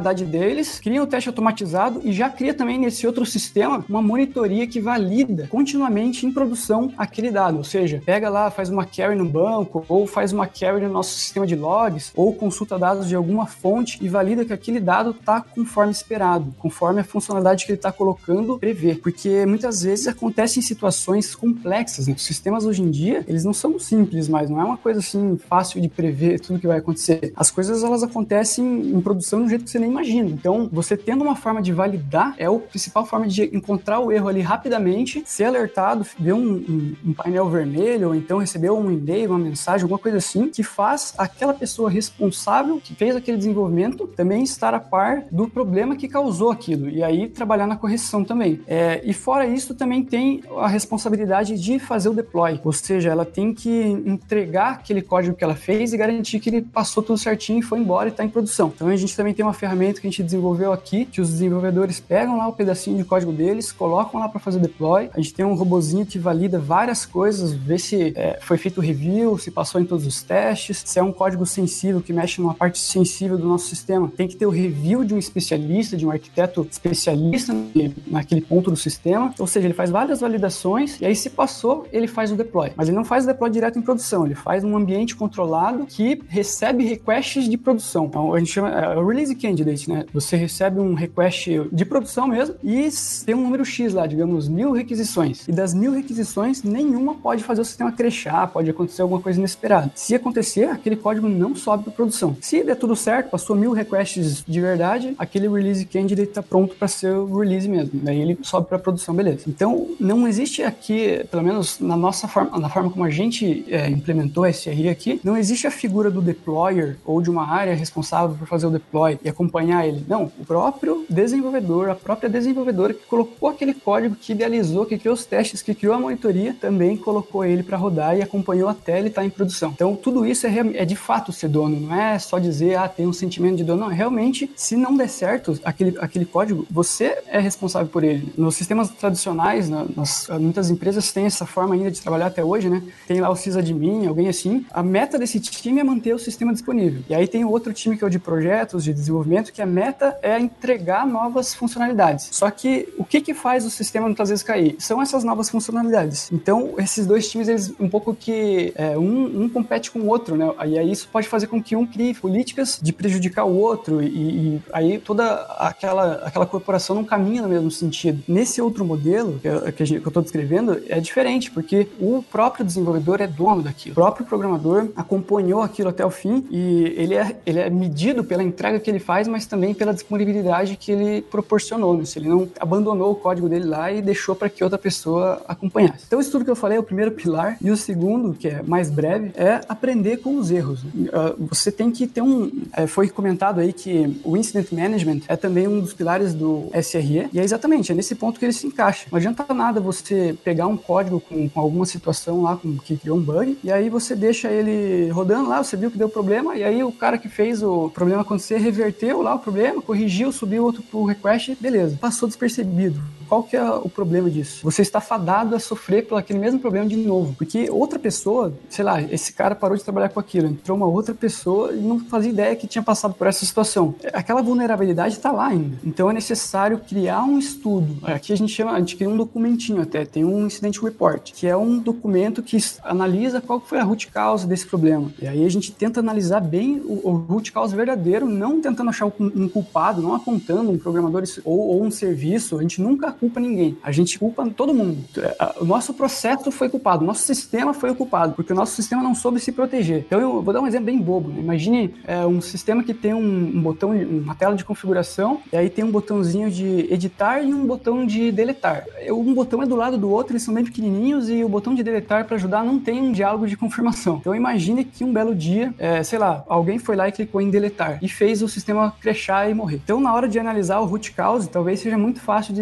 funcionalidade deles, cria o teste automatizado e já cria também nesse outro sistema uma monitoria que valida continuamente em produção aquele dado, ou seja, pega lá, faz uma query no banco, ou faz uma query no nosso sistema de logs, ou consulta dados de alguma fonte e valida que aquele dado está conforme esperado, conforme a funcionalidade que ele está colocando prevê, porque muitas vezes acontecem situações complexas, né? Os sistemas hoje em dia, eles não são simples mais, não é uma coisa assim fácil de prever tudo que vai acontecer. As coisas, elas acontecem em produção de um jeito que você nem imagina. Então, você tendo uma forma de validar é a principal forma de encontrar o erro ali rapidamente, ser alertado, ver um, um, um painel vermelho, ou então receber um e-mail, uma mensagem, alguma coisa assim, que faz aquela pessoa responsável que fez aquele desenvolvimento também estar a par do problema que causou aquilo, e aí trabalhar na correção também. É, e fora isso, também tem a responsabilidade de fazer o deploy, ou seja, ela tem que entregar aquele código que ela fez e garantir que ele passou tudo certinho e foi embora e está em produção. Então a gente também tem uma ferramenta que a gente desenvolveu aqui, que os desenvolvedores pegam lá o pedacinho de código deles, colocam lá para fazer o deploy. A gente tem um robozinho que valida várias coisas, vê se é, foi feito o review, se passou em todos os testes, se é um código sensível que mexe numa parte sensível do nosso sistema, tem que ter o review de um especialista, de um arquiteto especialista naquele ponto do sistema, ou seja, ele faz várias validações e aí se passou, ele faz o deploy. Mas ele não faz o deploy direto em produção, ele faz um ambiente controlado que recebe requests de produção. Então a gente chama é, o release candidate, né? Você recebe um request de produção mesmo e tem um número X lá, digamos, mil requisições. E das mil requisições, nenhuma pode fazer o sistema crashar, pode acontecer alguma coisa inesperada. Se acontecer, aquele código não sobe para produção. Se der tudo certo, passou mil requests de verdade, aquele release candidate está pronto para ser o release mesmo. Daí ele sobe para produção, beleza. Então, não existe aqui, pelo menos na nossa forma, na forma como a gente é, implementou a S R E aqui, não existe a figura do deployer ou de uma área responsável por fazer o deploy e acompanhar ele. Não, o próprio desenvolvedor, a própria desenvolvedora que colocou aquele código, que idealizou, que criou os testes, que criou a monitoria, também colocou ele para rodar e acompanhou até ele estar em produção. Então, tudo isso é, é de fato ser dono, não é só dizer, ah, tem um sentimento de dono. Não, realmente, se não der certo aquele, aquele código, você é responsável por ele. Nos sistemas tradicionais, na, nas, muitas empresas têm essa forma ainda de trabalhar até hoje, né? Tem lá o sysadmin, alguém assim. A meta desse time é manter o sistema disponível. E aí tem o outro time que é o de projetos, de desenvolvimento, que a meta é entregar novas funcionalidades. Só que o que que faz o sistema muitas vezes cair? São essas novas funcionalidades. Então, esses dois times, eles um pouco que é, um, um compete com o outro, né? E aí isso pode fazer com que um crie políticas de prejudicar o outro e, e aí toda aquela, aquela corporação não caminha no mesmo sentido. Nesse outro modelo que eu, que a gente, que eu estou descrevendo é diferente, porque o próprio desenvolvedor é dono daquilo. O próprio programador acompanhou aquilo até o fim e ele é, ele é medido pela entrega que ele faz, mas também pela disponibilidade que ele proporcionou, né? Se ele não abandonou o código dele lá e deixou para que outra pessoa acompanhasse. Então, isso tudo que eu falei é o primeiro pilar. E o segundo, que é mais breve, é aprender com os erros. Uh, você tem que ter um... É, foi comentado aí que o Incident Management é também um dos pilares do S R E, e é exatamente, é nesse ponto que ele se encaixa. Não adianta nada você pegar um código com, com alguma situação lá, com, que criou um bug, e aí você deixa ele rodando lá, você viu que deu problema, e aí o cara que fez o problema acontecer, reverteu lá o problema, corrigiu, subiu outro pro request, beleza, passou despercebido. Qual que é o problema disso? Você está fadado a sofrer por aquele mesmo problema de novo, porque outra pessoa, sei lá, esse cara parou de trabalhar com aquilo, entrou uma outra pessoa e não fazia ideia que tinha passado por essa situação. Aquela vulnerabilidade está lá ainda. Então é necessário criar um estudo. Aqui a gente chama, a gente cria um documentinho até, tem um Incident Report, que é um documento que analisa qual foi a root cause desse problema. E aí a gente tenta analisar bem o, o root cause verdadeiro, não tentando achar um culpado, não apontando um programador ou, ou um serviço. A gente nunca culpa ninguém. A gente culpa todo mundo. O nosso processo foi culpado, o nosso sistema foi o culpado, porque o nosso sistema não soube se proteger. Então eu vou dar um exemplo bem bobo, né? Imagine é, um sistema que tem um, um botão, uma tela de configuração, e aí tem um botãozinho de editar e um botão de deletar. Um botão é do lado do outro, eles são bem pequenininhos, e o botão de deletar para ajudar não tem um diálogo de confirmação. Então imagine que um belo dia, é, sei lá, alguém foi lá e clicou em deletar e fez o sistema crashar e morrer. Então na hora de analisar o root cause, talvez seja muito fácil dizer assim, ah,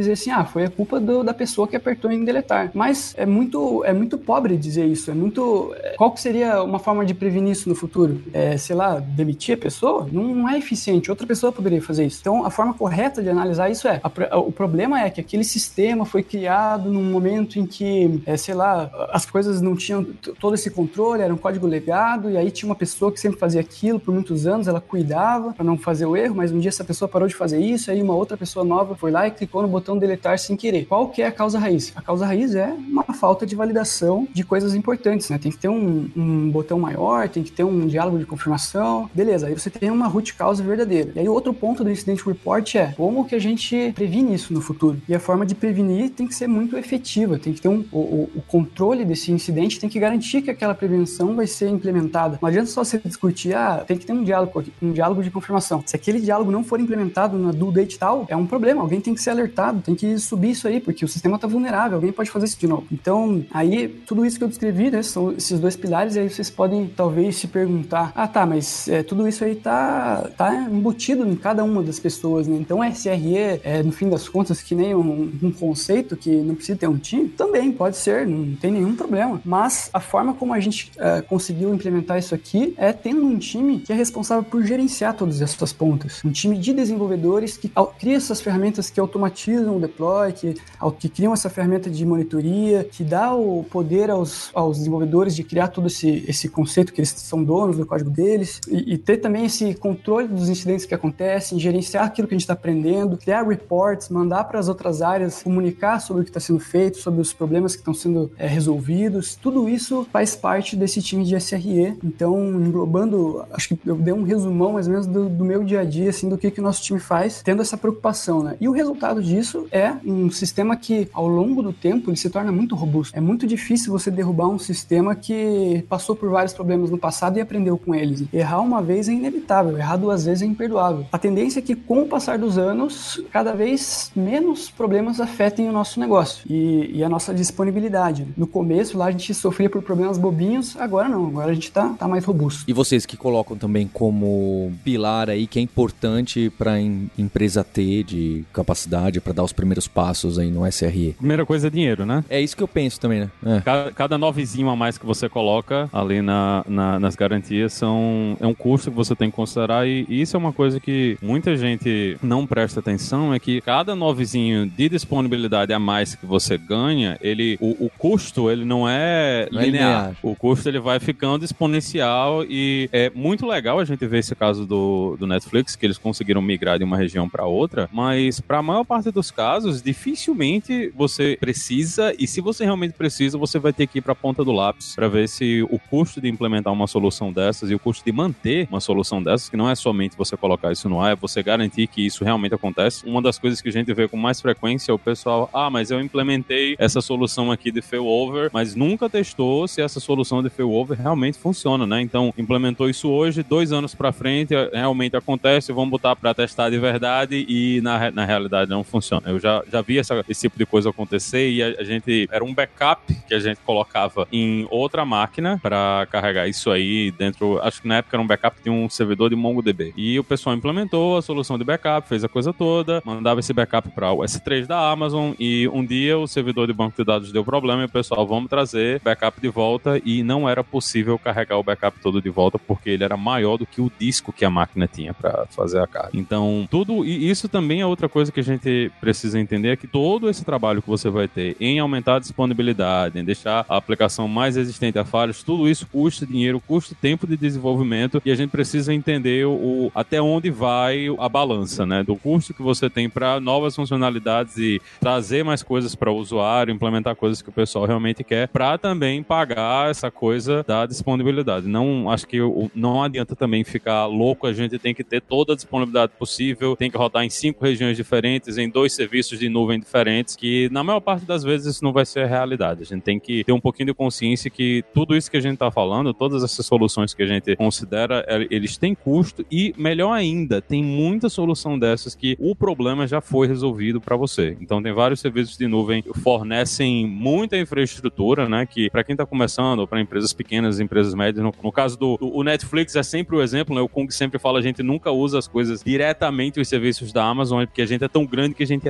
ah, foi a culpa do, da pessoa que apertou em deletar. Mas é muito, é muito pobre dizer isso. É muito... Qual que seria uma forma de prevenir isso no futuro? É, sei lá, demitir a pessoa? Não, não é eficiente. Outra pessoa poderia fazer isso. Então, a forma correta de analisar isso é... A, o problema é que aquele sistema foi criado num momento em que, é, sei lá, as coisas não tinham todo esse controle, era um código legado, e aí tinha uma pessoa que sempre fazia aquilo por muitos anos, ela cuidava para não fazer o erro, mas um dia essa pessoa parou de fazer isso, aí uma outra pessoa nova foi lá e clicou no botão deletar sem querer. Qual que é a causa raiz? A causa raiz é uma falta de validação de coisas importantes, né? Tem que ter um, um botão maior, tem que ter um diálogo de confirmação, beleza, aí você tem uma root cause verdadeira. E aí outro ponto do Incident Report é como que a gente previne isso no futuro. E a forma de prevenir tem que ser muito efetiva, tem que ter um, o, o controle desse incidente, tem que garantir que aquela prevenção vai ser implementada. Não adianta só você discutir, ah, tem que ter um diálogo, um diálogo de confirmação. Se aquele diálogo não for implementado na due date tal, é um problema, alguém tem que ser alertado, tem que subir isso aí, porque o sistema está vulnerável, alguém pode fazer isso de novo. Então, aí, tudo isso que eu descrevi, né, são esses dois pilares, e aí vocês podem, talvez, se perguntar, ah, tá, mas é, tudo isso aí tá, tá embutido em cada uma das pessoas, né? Então, S R E, é, no fim das contas, que nem um, um conceito que não precisa ter um time, também pode ser, não tem nenhum problema. Mas a forma como a gente uh, conseguiu implementar isso aqui é tendo um time que é responsável por gerenciar todas essas pontas. Um time de desenvolvedores que cria essas ferramentas que automatizam o deploy, que, que criam essa ferramenta de monitoria, que dá o poder aos, aos desenvolvedores de criar todo esse, esse conceito que eles são donos do código deles, e, e ter também esse controle dos incidentes que acontecem, gerenciar aquilo que a gente está aprendendo, criar reports, mandar para as outras áreas, comunicar sobre o que está sendo feito, sobre os problemas que estão sendo é, resolvidos. Tudo isso faz parte desse time de S R E. Então, englobando, acho que eu dei um resumão mais ou menos do, do meu dia a dia, assim, do que, que o nosso time faz, tendo essa preocupação, né? E o resultado disso é um sistema que, ao longo do tempo, ele se torna muito robusto. É muito difícil você derrubar um sistema que passou por vários problemas no passado e aprendeu com eles. Errar uma vez é inevitável, errar duas vezes é imperdoável. A tendência é que, com o passar dos anos, cada vez menos problemas afetem o nosso negócio e, e a nossa disponibilidade. No começo, lá, a gente sofria por problemas bobinhos, agora não, agora a gente tá, tá mais robusto. E vocês que colocam também como pilar aí, que é importante para a empresa ter de capacidade para dar os primeiros passos aí no S R E? Primeira coisa é dinheiro, né? É isso que eu penso também, né? É. Cada, cada novezinho a mais que você coloca ali na, na, nas garantias são, é um custo que você tem que considerar, e, e isso é uma coisa que muita gente não presta atenção, é que cada novezinho de disponibilidade a mais que você ganha, ele, o, o custo ele não é não linear. É linear. O custo ele vai ficando exponencial, e é muito legal a gente ver esse caso do, do Netflix, que eles conseguiram migrar de uma região para outra, mas para a maior parte dos casos, dificilmente você precisa, e se você realmente precisa, você vai ter que ir para a ponta do lápis para ver se o custo de implementar uma solução dessas e o custo de manter uma solução dessas, que não é somente você colocar isso no ar, é você garantir que isso realmente acontece. Uma das coisas que a gente vê com mais frequência é o pessoal, ah, mas eu implementei essa solução aqui de failover, mas nunca testou se essa solução de failover realmente funciona, né? Então, implementou isso hoje, dois anos pra frente, realmente acontece, vamos botar pra testar de verdade, e na, na realidade não funciona. Eu já, já vi essa, esse tipo de coisa acontecer, e a, a gente, era um backup que a gente colocava em outra máquina pra carregar isso aí dentro, acho que na época era um backup de um servidor de MongoDB. E o pessoal implementou a solução de backup, fez a coisa toda, mandava esse backup para o S três da Amazon, e um dia o servidor de banco de dados deu problema e o pessoal, vamos trazer backup de volta, e não era possível carregar o backup todo de volta porque ele era maior do que o disco que a máquina tinha para fazer a carga. Então, tudo, e isso também é outra coisa que a gente precisa entender, é que todo esse trabalho que você vai ter em aumentar a disponibilidade, em deixar a aplicação mais resistente a falhas, tudo isso custa dinheiro, custa tempo de desenvolvimento, e a gente precisa entender o, até onde vai a balança, né, do custo que você tem para novas funcionalidades e trazer mais coisas para o usuário, implementar coisas que o pessoal realmente quer, para também pagar essa coisa da disponibilidade. Não, acho que não adianta também ficar louco, a gente tem que ter toda a disponibilidade possível, tem que rodar em cinco regiões diferentes, em dois serviços de nuvem diferentes, que na maior parte das vezes isso não vai ser a realidade. A gente tem que ter um pouquinho de consciência que tudo isso que a gente está falando, todas essas soluções que a gente considera, eles têm custo, e melhor ainda, tem muita solução dessas que o problema já foi resolvido para você. Então tem vários serviços de nuvem que fornecem muita infraestrutura, né, que para quem está começando, ou para empresas pequenas, empresas médias, no, no caso do o Netflix é sempre o exemplo, né, o Kung sempre fala, a gente nunca usa as coisas diretamente, os serviços da Amazon, porque a gente é tão grande que a gente ia derrubar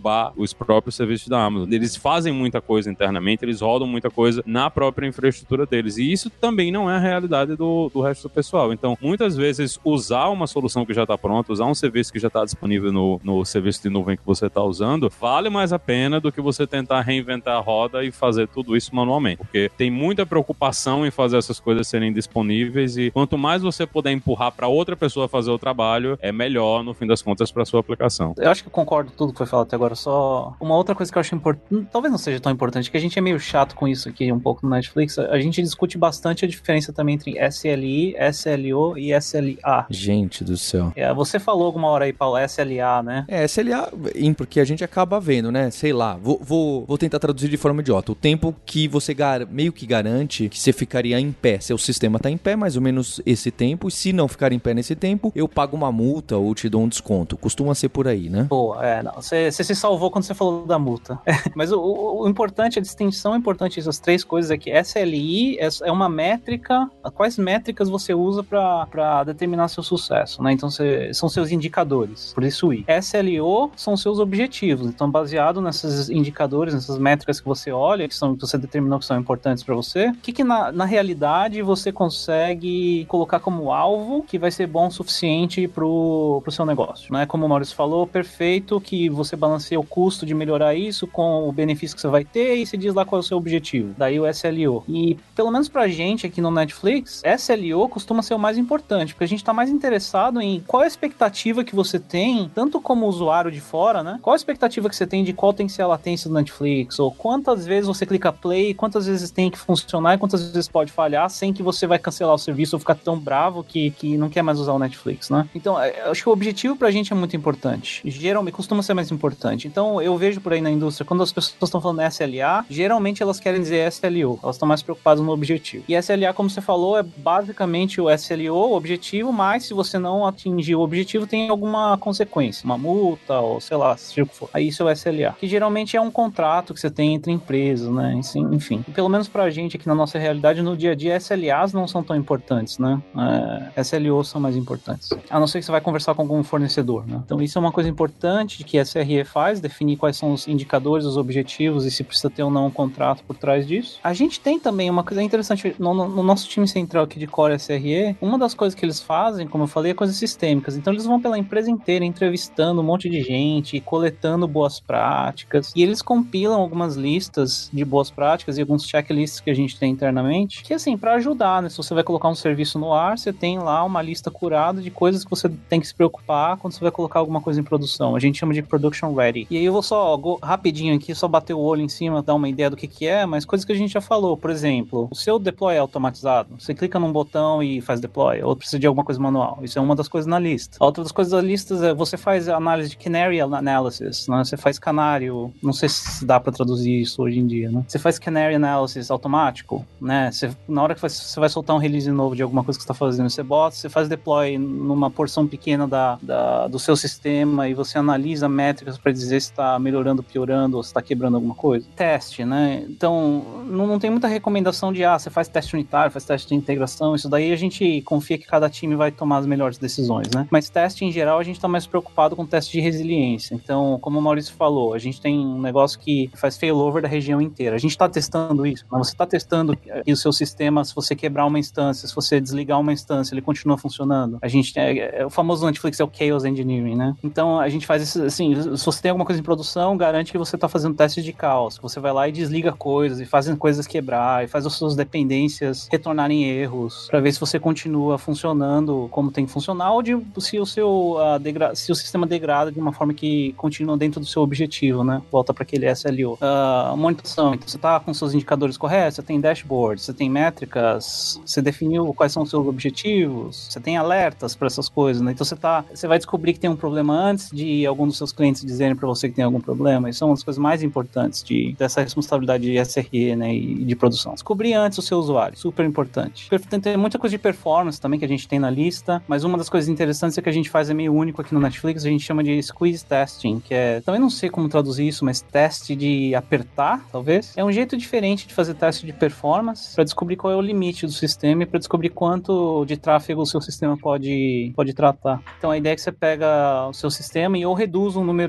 ocupar os próprios serviços da Amazon. Eles fazem muita coisa internamente, eles rodam muita coisa na própria infraestrutura deles. E isso também não é a realidade do, do resto do pessoal. Então, muitas vezes, usar uma solução que já está pronta, usar um serviço que já está disponível no, no serviço de nuvem que você está usando, vale mais a pena do que você tentar reinventar a roda e fazer tudo isso manualmente. Porque tem muita preocupação em fazer essas coisas serem disponíveis e quanto mais você puder empurrar para outra pessoa fazer o trabalho, é melhor, no fim das contas, para sua aplicação. Eu acho que eu concordo com tudo que foi falado até agora, só uma outra coisa que eu acho importante, talvez não seja tão importante, que a gente é meio chato com isso aqui um pouco no Netflix, a gente discute bastante a diferença também entre S L I, S L O e S L A. Gente do céu. É, você falou alguma hora aí, Paulo, S L A, né? É, S L A, porque a gente acaba vendo, né? Sei lá, vou, vou, vou tentar traduzir de forma idiota. O tempo que você gar- meio que garante que você ficaria em pé. Seu sistema tá em pé, mais ou menos esse tempo, e se não ficar em pé nesse tempo, eu pago uma multa ou te dou um desconto. Costuma ser por aí, né? Boa, é, não, você, você se salvou quando você falou da multa. É, mas o, o, o importante, a distinção importante dessas três coisas é que S L I é, é uma métrica, quais métricas você usa para determinar seu sucesso, né? Então, você, são seus indicadores, por isso I. S L O são seus objetivos, então, baseado nesses indicadores, nessas métricas que você olha, que, são, que você determinou que são importantes para você, o que, que na, na realidade você consegue colocar como alvo que vai ser bom o suficiente pro, pro seu negócio, né? Como o Maurício falou, perfeito, que você balanceia o custo de melhorar isso com o benefício que você vai ter e você diz lá qual é o seu objetivo. Daí o S L O. E pelo menos pra gente aqui no Netflix, S L O costuma ser o mais importante, porque a gente tá mais interessado em qual é a expectativa que você tem, tanto como usuário de fora, né? Qual a expectativa que você tem de qual tem que ser a latência do Netflix, ou quantas vezes você clica play, quantas vezes tem que funcionar e quantas vezes pode falhar sem que você vai cancelar o serviço ou ficar tão bravo que, que não quer mais usar o Netflix, né? Então, eu acho que o objetivo pra gente é muito importante. Geralmente, costuma ser mais importante. Então, eu vejo por aí na indústria, quando as pessoas estão falando S L A, geralmente elas querem dizer S L O. Elas estão mais preocupadas no objetivo. E S L A, como você falou, é basicamente o S L O, o objetivo, mas se você não atingir o objetivo, tem alguma consequência. Uma multa, ou sei lá, seja o que for. Aí isso é o S L A. Que geralmente é um contrato que você tem entre empresas, né? Enfim. E pelo menos pra gente aqui na nossa realidade, no dia a dia, S L As não são tão importantes, né? É, S L Os são mais importantes. A não ser que você vai conversar com algum fornecedor, né? Então isso é uma coisa importante que a S R E faz, definir quais são os indicadores, os objetivos e se precisa ter ou não um contrato por trás disso. A gente tem também uma coisa interessante no, no, no nosso time central aqui de Core S R E, uma das coisas que eles fazem, como eu falei, é coisas sistêmicas. Então eles vão pela empresa inteira entrevistando um monte de gente, coletando boas práticas, e eles compilam algumas listas de boas práticas e alguns checklists que a gente tem internamente, que assim, para ajudar, né? Se você vai colocar um serviço no ar, você tem lá uma lista curada de coisas que você tem que se preocupar quando você vai colocar alguma coisa em produção. A gente chama de production ready. E aí eu vou só, go, rapidinho aqui, só bater o olho em cima, dar uma ideia do que que é, mas coisas que a gente já falou. Por exemplo, o seu deploy é automatizado. Você clica num botão e faz deploy, ou precisa de alguma coisa manual. Isso é uma das coisas na lista. A outra das coisas da lista é você faz análise de canary analysis, né? Você faz canário, não sei se dá para traduzir isso hoje em dia, né? Você faz canary analysis automático, né? Você, na hora que você vai soltar um release novo de alguma coisa que você está fazendo, você bota, você faz deploy numa porção pequena da, da, do seu sistema e você analisa métricas para dizer se está melhorando, piorando ou se está quebrando alguma coisa. Teste, né? Então, não, não tem muita recomendação de, ah, você faz teste unitário, faz teste de integração, isso daí a gente confia que cada time vai tomar as melhores decisões, né? Mas teste, em geral, a gente está mais preocupado com teste de resiliência. Então, como o Maurício falou, a gente tem um negócio que faz failover da região inteira. A gente está testando isso, mas você está testando que o seu sistema, se você quebrar uma instância, se você desligar uma instância, ele continua funcionando. A gente tem, é, o famoso Netflix é o Chaos Engineering, né? Então, a gente faz isso, assim, se você tem alguma coisa em produção, garante que você está fazendo teste de caos. Você vai lá e desliga coisas, e faz coisas quebrar, e faz as suas dependências retornarem erros, para ver se você continua funcionando como tem que funcionar, ou de, se, o seu, uh, degra- se o sistema degrada de uma forma que continua dentro do seu objetivo, né? Volta para aquele S L O. Uh, monitoração, então você está com seus indicadores corretos, você tem dashboard, você tem métricas, você definiu quais são os seus objetivos, você tem alertas para essas coisas, né? Então você, tá, você vai descobrir que tem um problema antes de algum dos seus clientes dizerem para você que tem algum problema. Isso é uma das coisas mais importantes de, dessa responsabilidade de S R E, né, e de produção. Descobrir antes o seu usuário, super importante. Tem muita coisa de performance também que a gente tem na lista, mas uma das coisas interessantes é que a gente faz é meio único aqui no Netflix, a gente chama de squeeze testing, que é, também não sei como traduzir isso, mas teste de apertar, talvez. É um jeito diferente de fazer teste de performance para descobrir qual é o limite do sistema e para descobrir quanto de tráfego o seu sistema pode, pode tratar. Então a ideia é que você pega o seu sistema e ou reduz o número, a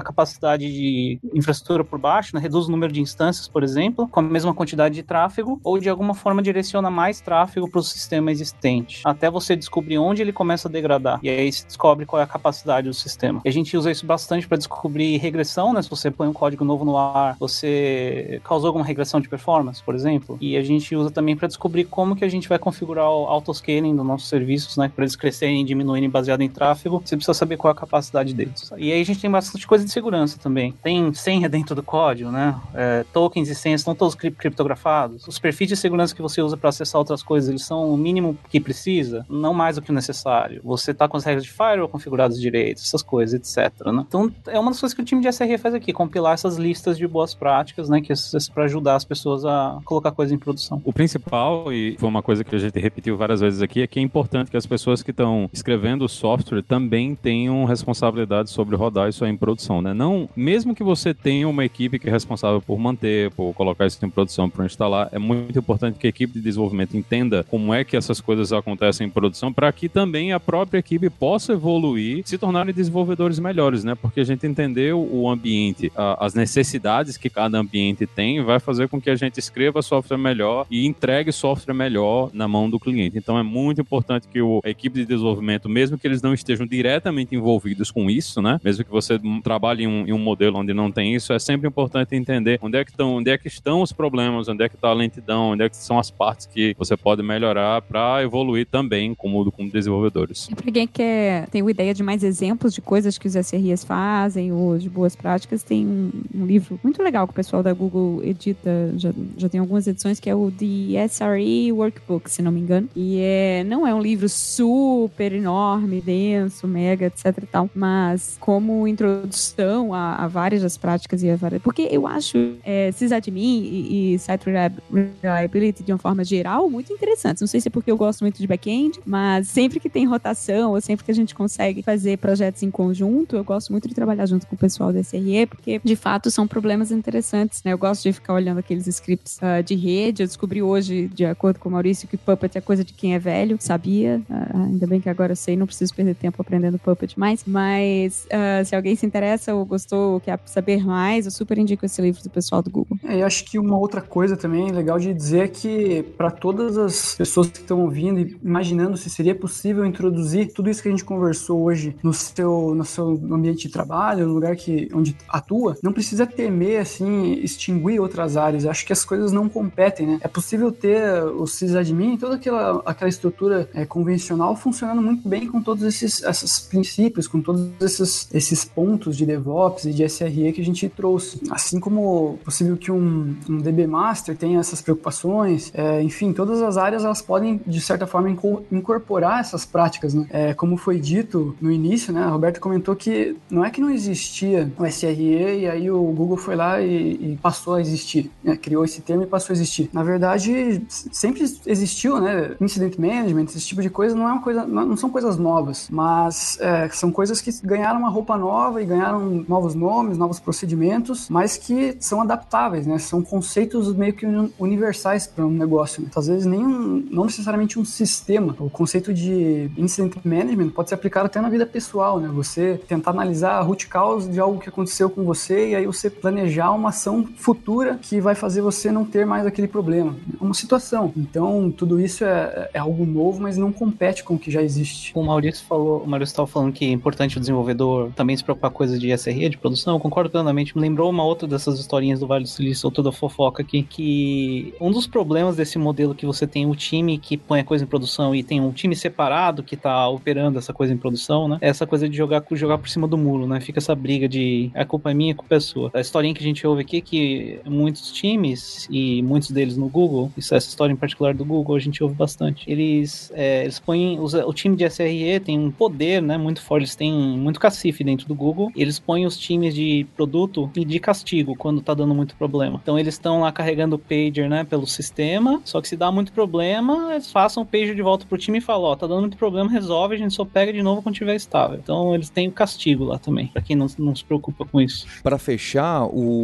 capacidade de infraestrutura por baixo, né? Reduz o número de instâncias, por exemplo, com a mesma quantidade de tráfego, ou de alguma forma direciona mais tráfego para o sistema existente, até você descobrir onde ele começa a degradar. E aí você descobre qual é a capacidade do sistema. E a gente usa isso bastante para descobrir regressão, né? Se você põe um código novo no ar, você causou alguma regressão de performance, por exemplo. E a gente usa também para descobrir como que a gente vai configurar o autoscaling dos nossos serviços, né? Para eles crescerem e diminuírem baseado em tráfego, você precisa saber qual é a capacidade deles. E aí a gente tem bastante coisa de segurança também. Tem senha dentro do código, né? É, tokens e senhas estão todos cri- criptografados. Os perfis de segurança que você usa para acessar outras coisas, eles são o mínimo que precisa, não mais do que o necessário. Você tá com as regras de firewall configuradas direito, essas coisas, etcétera, né? Então, é uma das coisas que o time de S R E faz aqui, compilar essas listas de boas práticas, né? Que é para ajudar as pessoas a colocar coisa em produção. O principal, e foi uma coisa que a gente repetiu várias vezes aqui, é que é importante que as pessoas que estão escrevendo o software também tenham responsabilidade sobre rodar isso aí em produção, né? Não, mesmo que você tenha uma equipe que é responsável por manter, por colocar isso em produção, por instalar, é muito importante que a equipe de desenvolvimento entenda como é que essas coisas acontecem em produção, para que também a própria equipe possa evoluir, se tornarem desenvolvedores melhores, né? Porque a gente entendeu o ambiente, a, as necessidades que cada ambiente tem, vai fazer com que a gente escreva software melhor e entregue software melhor na mão do cliente. Então é muito importante que o, a equipe de desenvolvimento, mesmo que eles não estejam diretamente envolvidos com isso, né? Mesmo que você trabalhe em um, em um modelo onde não tem isso, é sempre importante entender onde é que estão, onde é que estão os problemas, onde é que está a lentidão, onde é que são as partes que você pode melhorar para evoluir também como, como desenvolvedores. E para quem quer, tem uma ideia de mais exemplos de coisas que os S R Es fazem ou de boas práticas, tem um, um livro muito legal que o pessoal da Google edita, já, já tem algumas edições, que é o The S R E Workbook, se não me engano. E é, não é um livro super enorme, denso, mega, etc e tal, mas como introdução a, a várias das práticas e a várias... Porque eu acho é, sysadmin e, e Site Reliability de uma forma geral muito interessantes. Não sei se é porque eu gosto muito de back-end, mas sempre que tem rotação ou sempre que a gente consegue fazer projetos em conjunto, eu gosto muito de trabalhar junto com o pessoal da S R E, porque de fato são problemas interessantes, né? Eu gosto de ficar olhando aqueles scripts uh, de rede. Eu descobri hoje, de acordo com o Maurício, que Puppet é coisa de quem é velho, sabia? Uh, ainda bem que agora eu sei, não preciso perder tempo aprendendo Puppet mais, mas uh, se alguém se interessa ou gostou ou quer saber mais, eu super indico esse livro do pessoal do Google. É, eu acho que uma outra coisa também legal de dizer é que para todas as pessoas que estão ouvindo e imaginando se seria possível introduzir tudo isso que a gente conversou hoje no seu, no seu ambiente de trabalho, no lugar que, onde atua, não precisa temer, assim, extinguir outras áreas. Eu acho que as coisas não competem, né? É possível ter o sysadmin e toda aquela, aquela estrutura é, convencional funcionando muito bem com todos esses, esses princípios, com todos esses, esses pontos de DevOps e de S R E que a gente trouxe. Assim como é possível que um, um D B Master tenha essas preocupações, é, enfim, todas as áreas elas podem, de certa forma, incorporar essas práticas, né? É, como foi dito no início, né? A Roberta comentou que não é que não existia o S R E e aí o Google foi lá e, e passou a existir, né? Criou esse termo e passou a existir. Na verdade, sempre existiu, né? Incident Management, esse tipo de coisa não é uma coisa, não são coisas novas, mas é, são coisas que ganharam uma roupa nova e ganharam novos nomes, novos procedimentos, mas que são adaptáveis, né? São conceitos meio que universais para um negócio, né? Às vezes nem um, não necessariamente um sistema. O conceito de Incident Management pode ser aplicado até na vida pessoal, né? Você tentar analisar a root cause de algo que aconteceu com você e aí você planejar uma ação futura que vai fazer você não ter mais aquele problema. É uma situação. Então, tudo isso é, é algo novo, mas não compete com o que já existe. O Maurício falou, o Maurício estava falando que é importante o desenvolvedor também se preocupar com coisas de S R E, de produção. Eu concordo plenamente. Me lembrou uma outra dessas historinhas do Vale do Silício, ou toda a fofoca aqui, que um dos problemas desse modelo que você tem o time que põe a coisa em produção e tem um time separado que tá operando essa coisa em produção, né? É essa coisa de jogar, jogar por cima do muro, né? Fica essa briga de a culpa é minha, a culpa é sua. A historinha que a gente ouve aqui é que muitos times, e muitos deles no Google, isso, essa história em particular do Google, a gente ouve bastante. Eles, é, eles põem, os, o time de S R E tem um poder, né? Muito forte, eles têm muito cacife dentro do Google. Eles põem os times de produto de castigo quando tá dando muito problema. Então eles estão lá carregando o pager, né? Pelo sistema, só que se dá muito problema, eles façam o pager de volta pro time e falam, ó, tá dando muito problema, resolve, a gente só pega de novo quando tiver estável. Então eles têm o castigo lá também, pra quem não, não se preocupa com isso. Para fechar,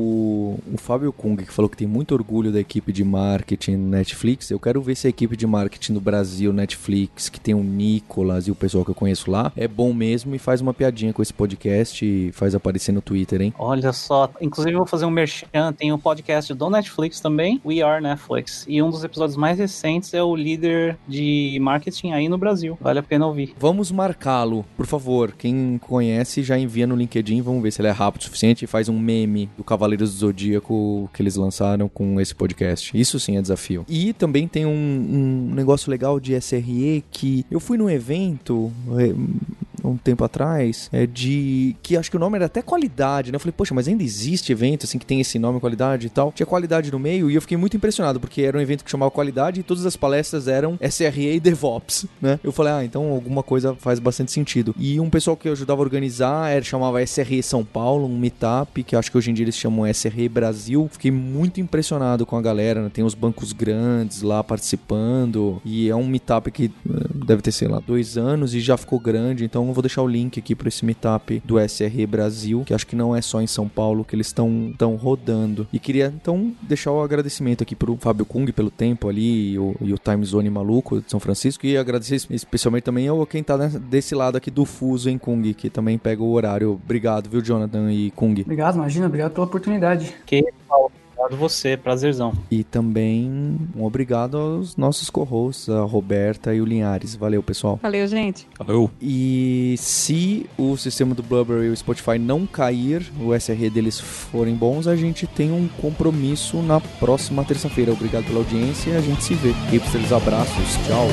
o, o Fábio Kung, que falou que tem muito orgulho da equipe de marketing Netflix, eu quero ver se a equipe de marketing no Brasil, Netflix, que tem o Nicolas e o pessoal que eu conheço lá, é bom mesmo e faz uma piadinha com esse podcast e faz coisa aparecer no Twitter, hein? Olha só, inclusive eu vou fazer um merchan, tem um podcast do Netflix também, We Are Netflix, e um dos episódios mais recentes é o líder de marketing aí no Brasil, vale a pena ouvir. Vamos marcá-lo, por favor, quem conhece já envia no LinkedIn, vamos ver se ele é rápido o suficiente e faz um meme do Cavaleiros do Zodíaco que eles lançaram com esse podcast, isso sim é desafio. E também tem um, um negócio legal de S R E que eu fui num evento um tempo atrás, é de que acho que o nome era até qualidade, né? Eu falei, poxa, mas ainda existe evento assim que tem esse nome, qualidade e tal. Tinha qualidade no meio e eu fiquei muito impressionado, porque era um evento que chamava qualidade e todas as palestras eram S R E e DevOps, né? Eu falei, ah, então alguma coisa faz bastante sentido. E um pessoal que eu ajudava a organizar era, chamava S R E São Paulo, um meetup, que acho que hoje em dia eles chamam S R E Brasil. Fiquei muito impressionado com a galera, né? Tem os bancos grandes lá participando e é um meetup que deve ter, sei lá, dois anos e já ficou grande, então eu vou deixar o link aqui para esse meetup do S R E Brasil, que acho que não é só em São Paulo que eles estão estão rodando. E queria então deixar o agradecimento aqui pro Fábio Kung pelo tempo ali e o, e o Time Zone maluco de São Francisco, e agradecer especialmente também ao quem tá desse lado aqui do fuso em Kung, que também pega o horário. Obrigado, viu, Jonathan e Kung? Obrigado, imagina, obrigado pela oportunidade. Que Paulo. Obrigado você, prazerzão. E também um obrigado aos nossos co-hosts, a Roberta e o Linhares. Valeu, pessoal. Valeu, gente. Valeu. E se o sistema do Blubber e o Spotify não cair, o S R E deles forem bons, a gente tem um compromisso na próxima terça-feira. Obrigado pela audiência e a gente se vê. Hipsters, abraços. Tchau.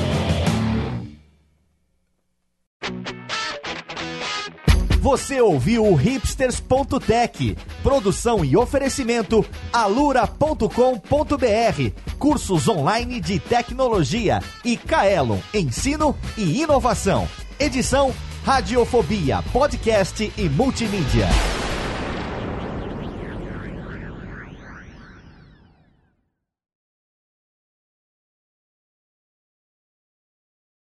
Você ouviu o hipsters ponto tech, produção e oferecimento alura ponto com ponto b r, cursos online de tecnologia, e Kaelon, ensino e inovação. Edição Radiofobia, podcast e multimídia.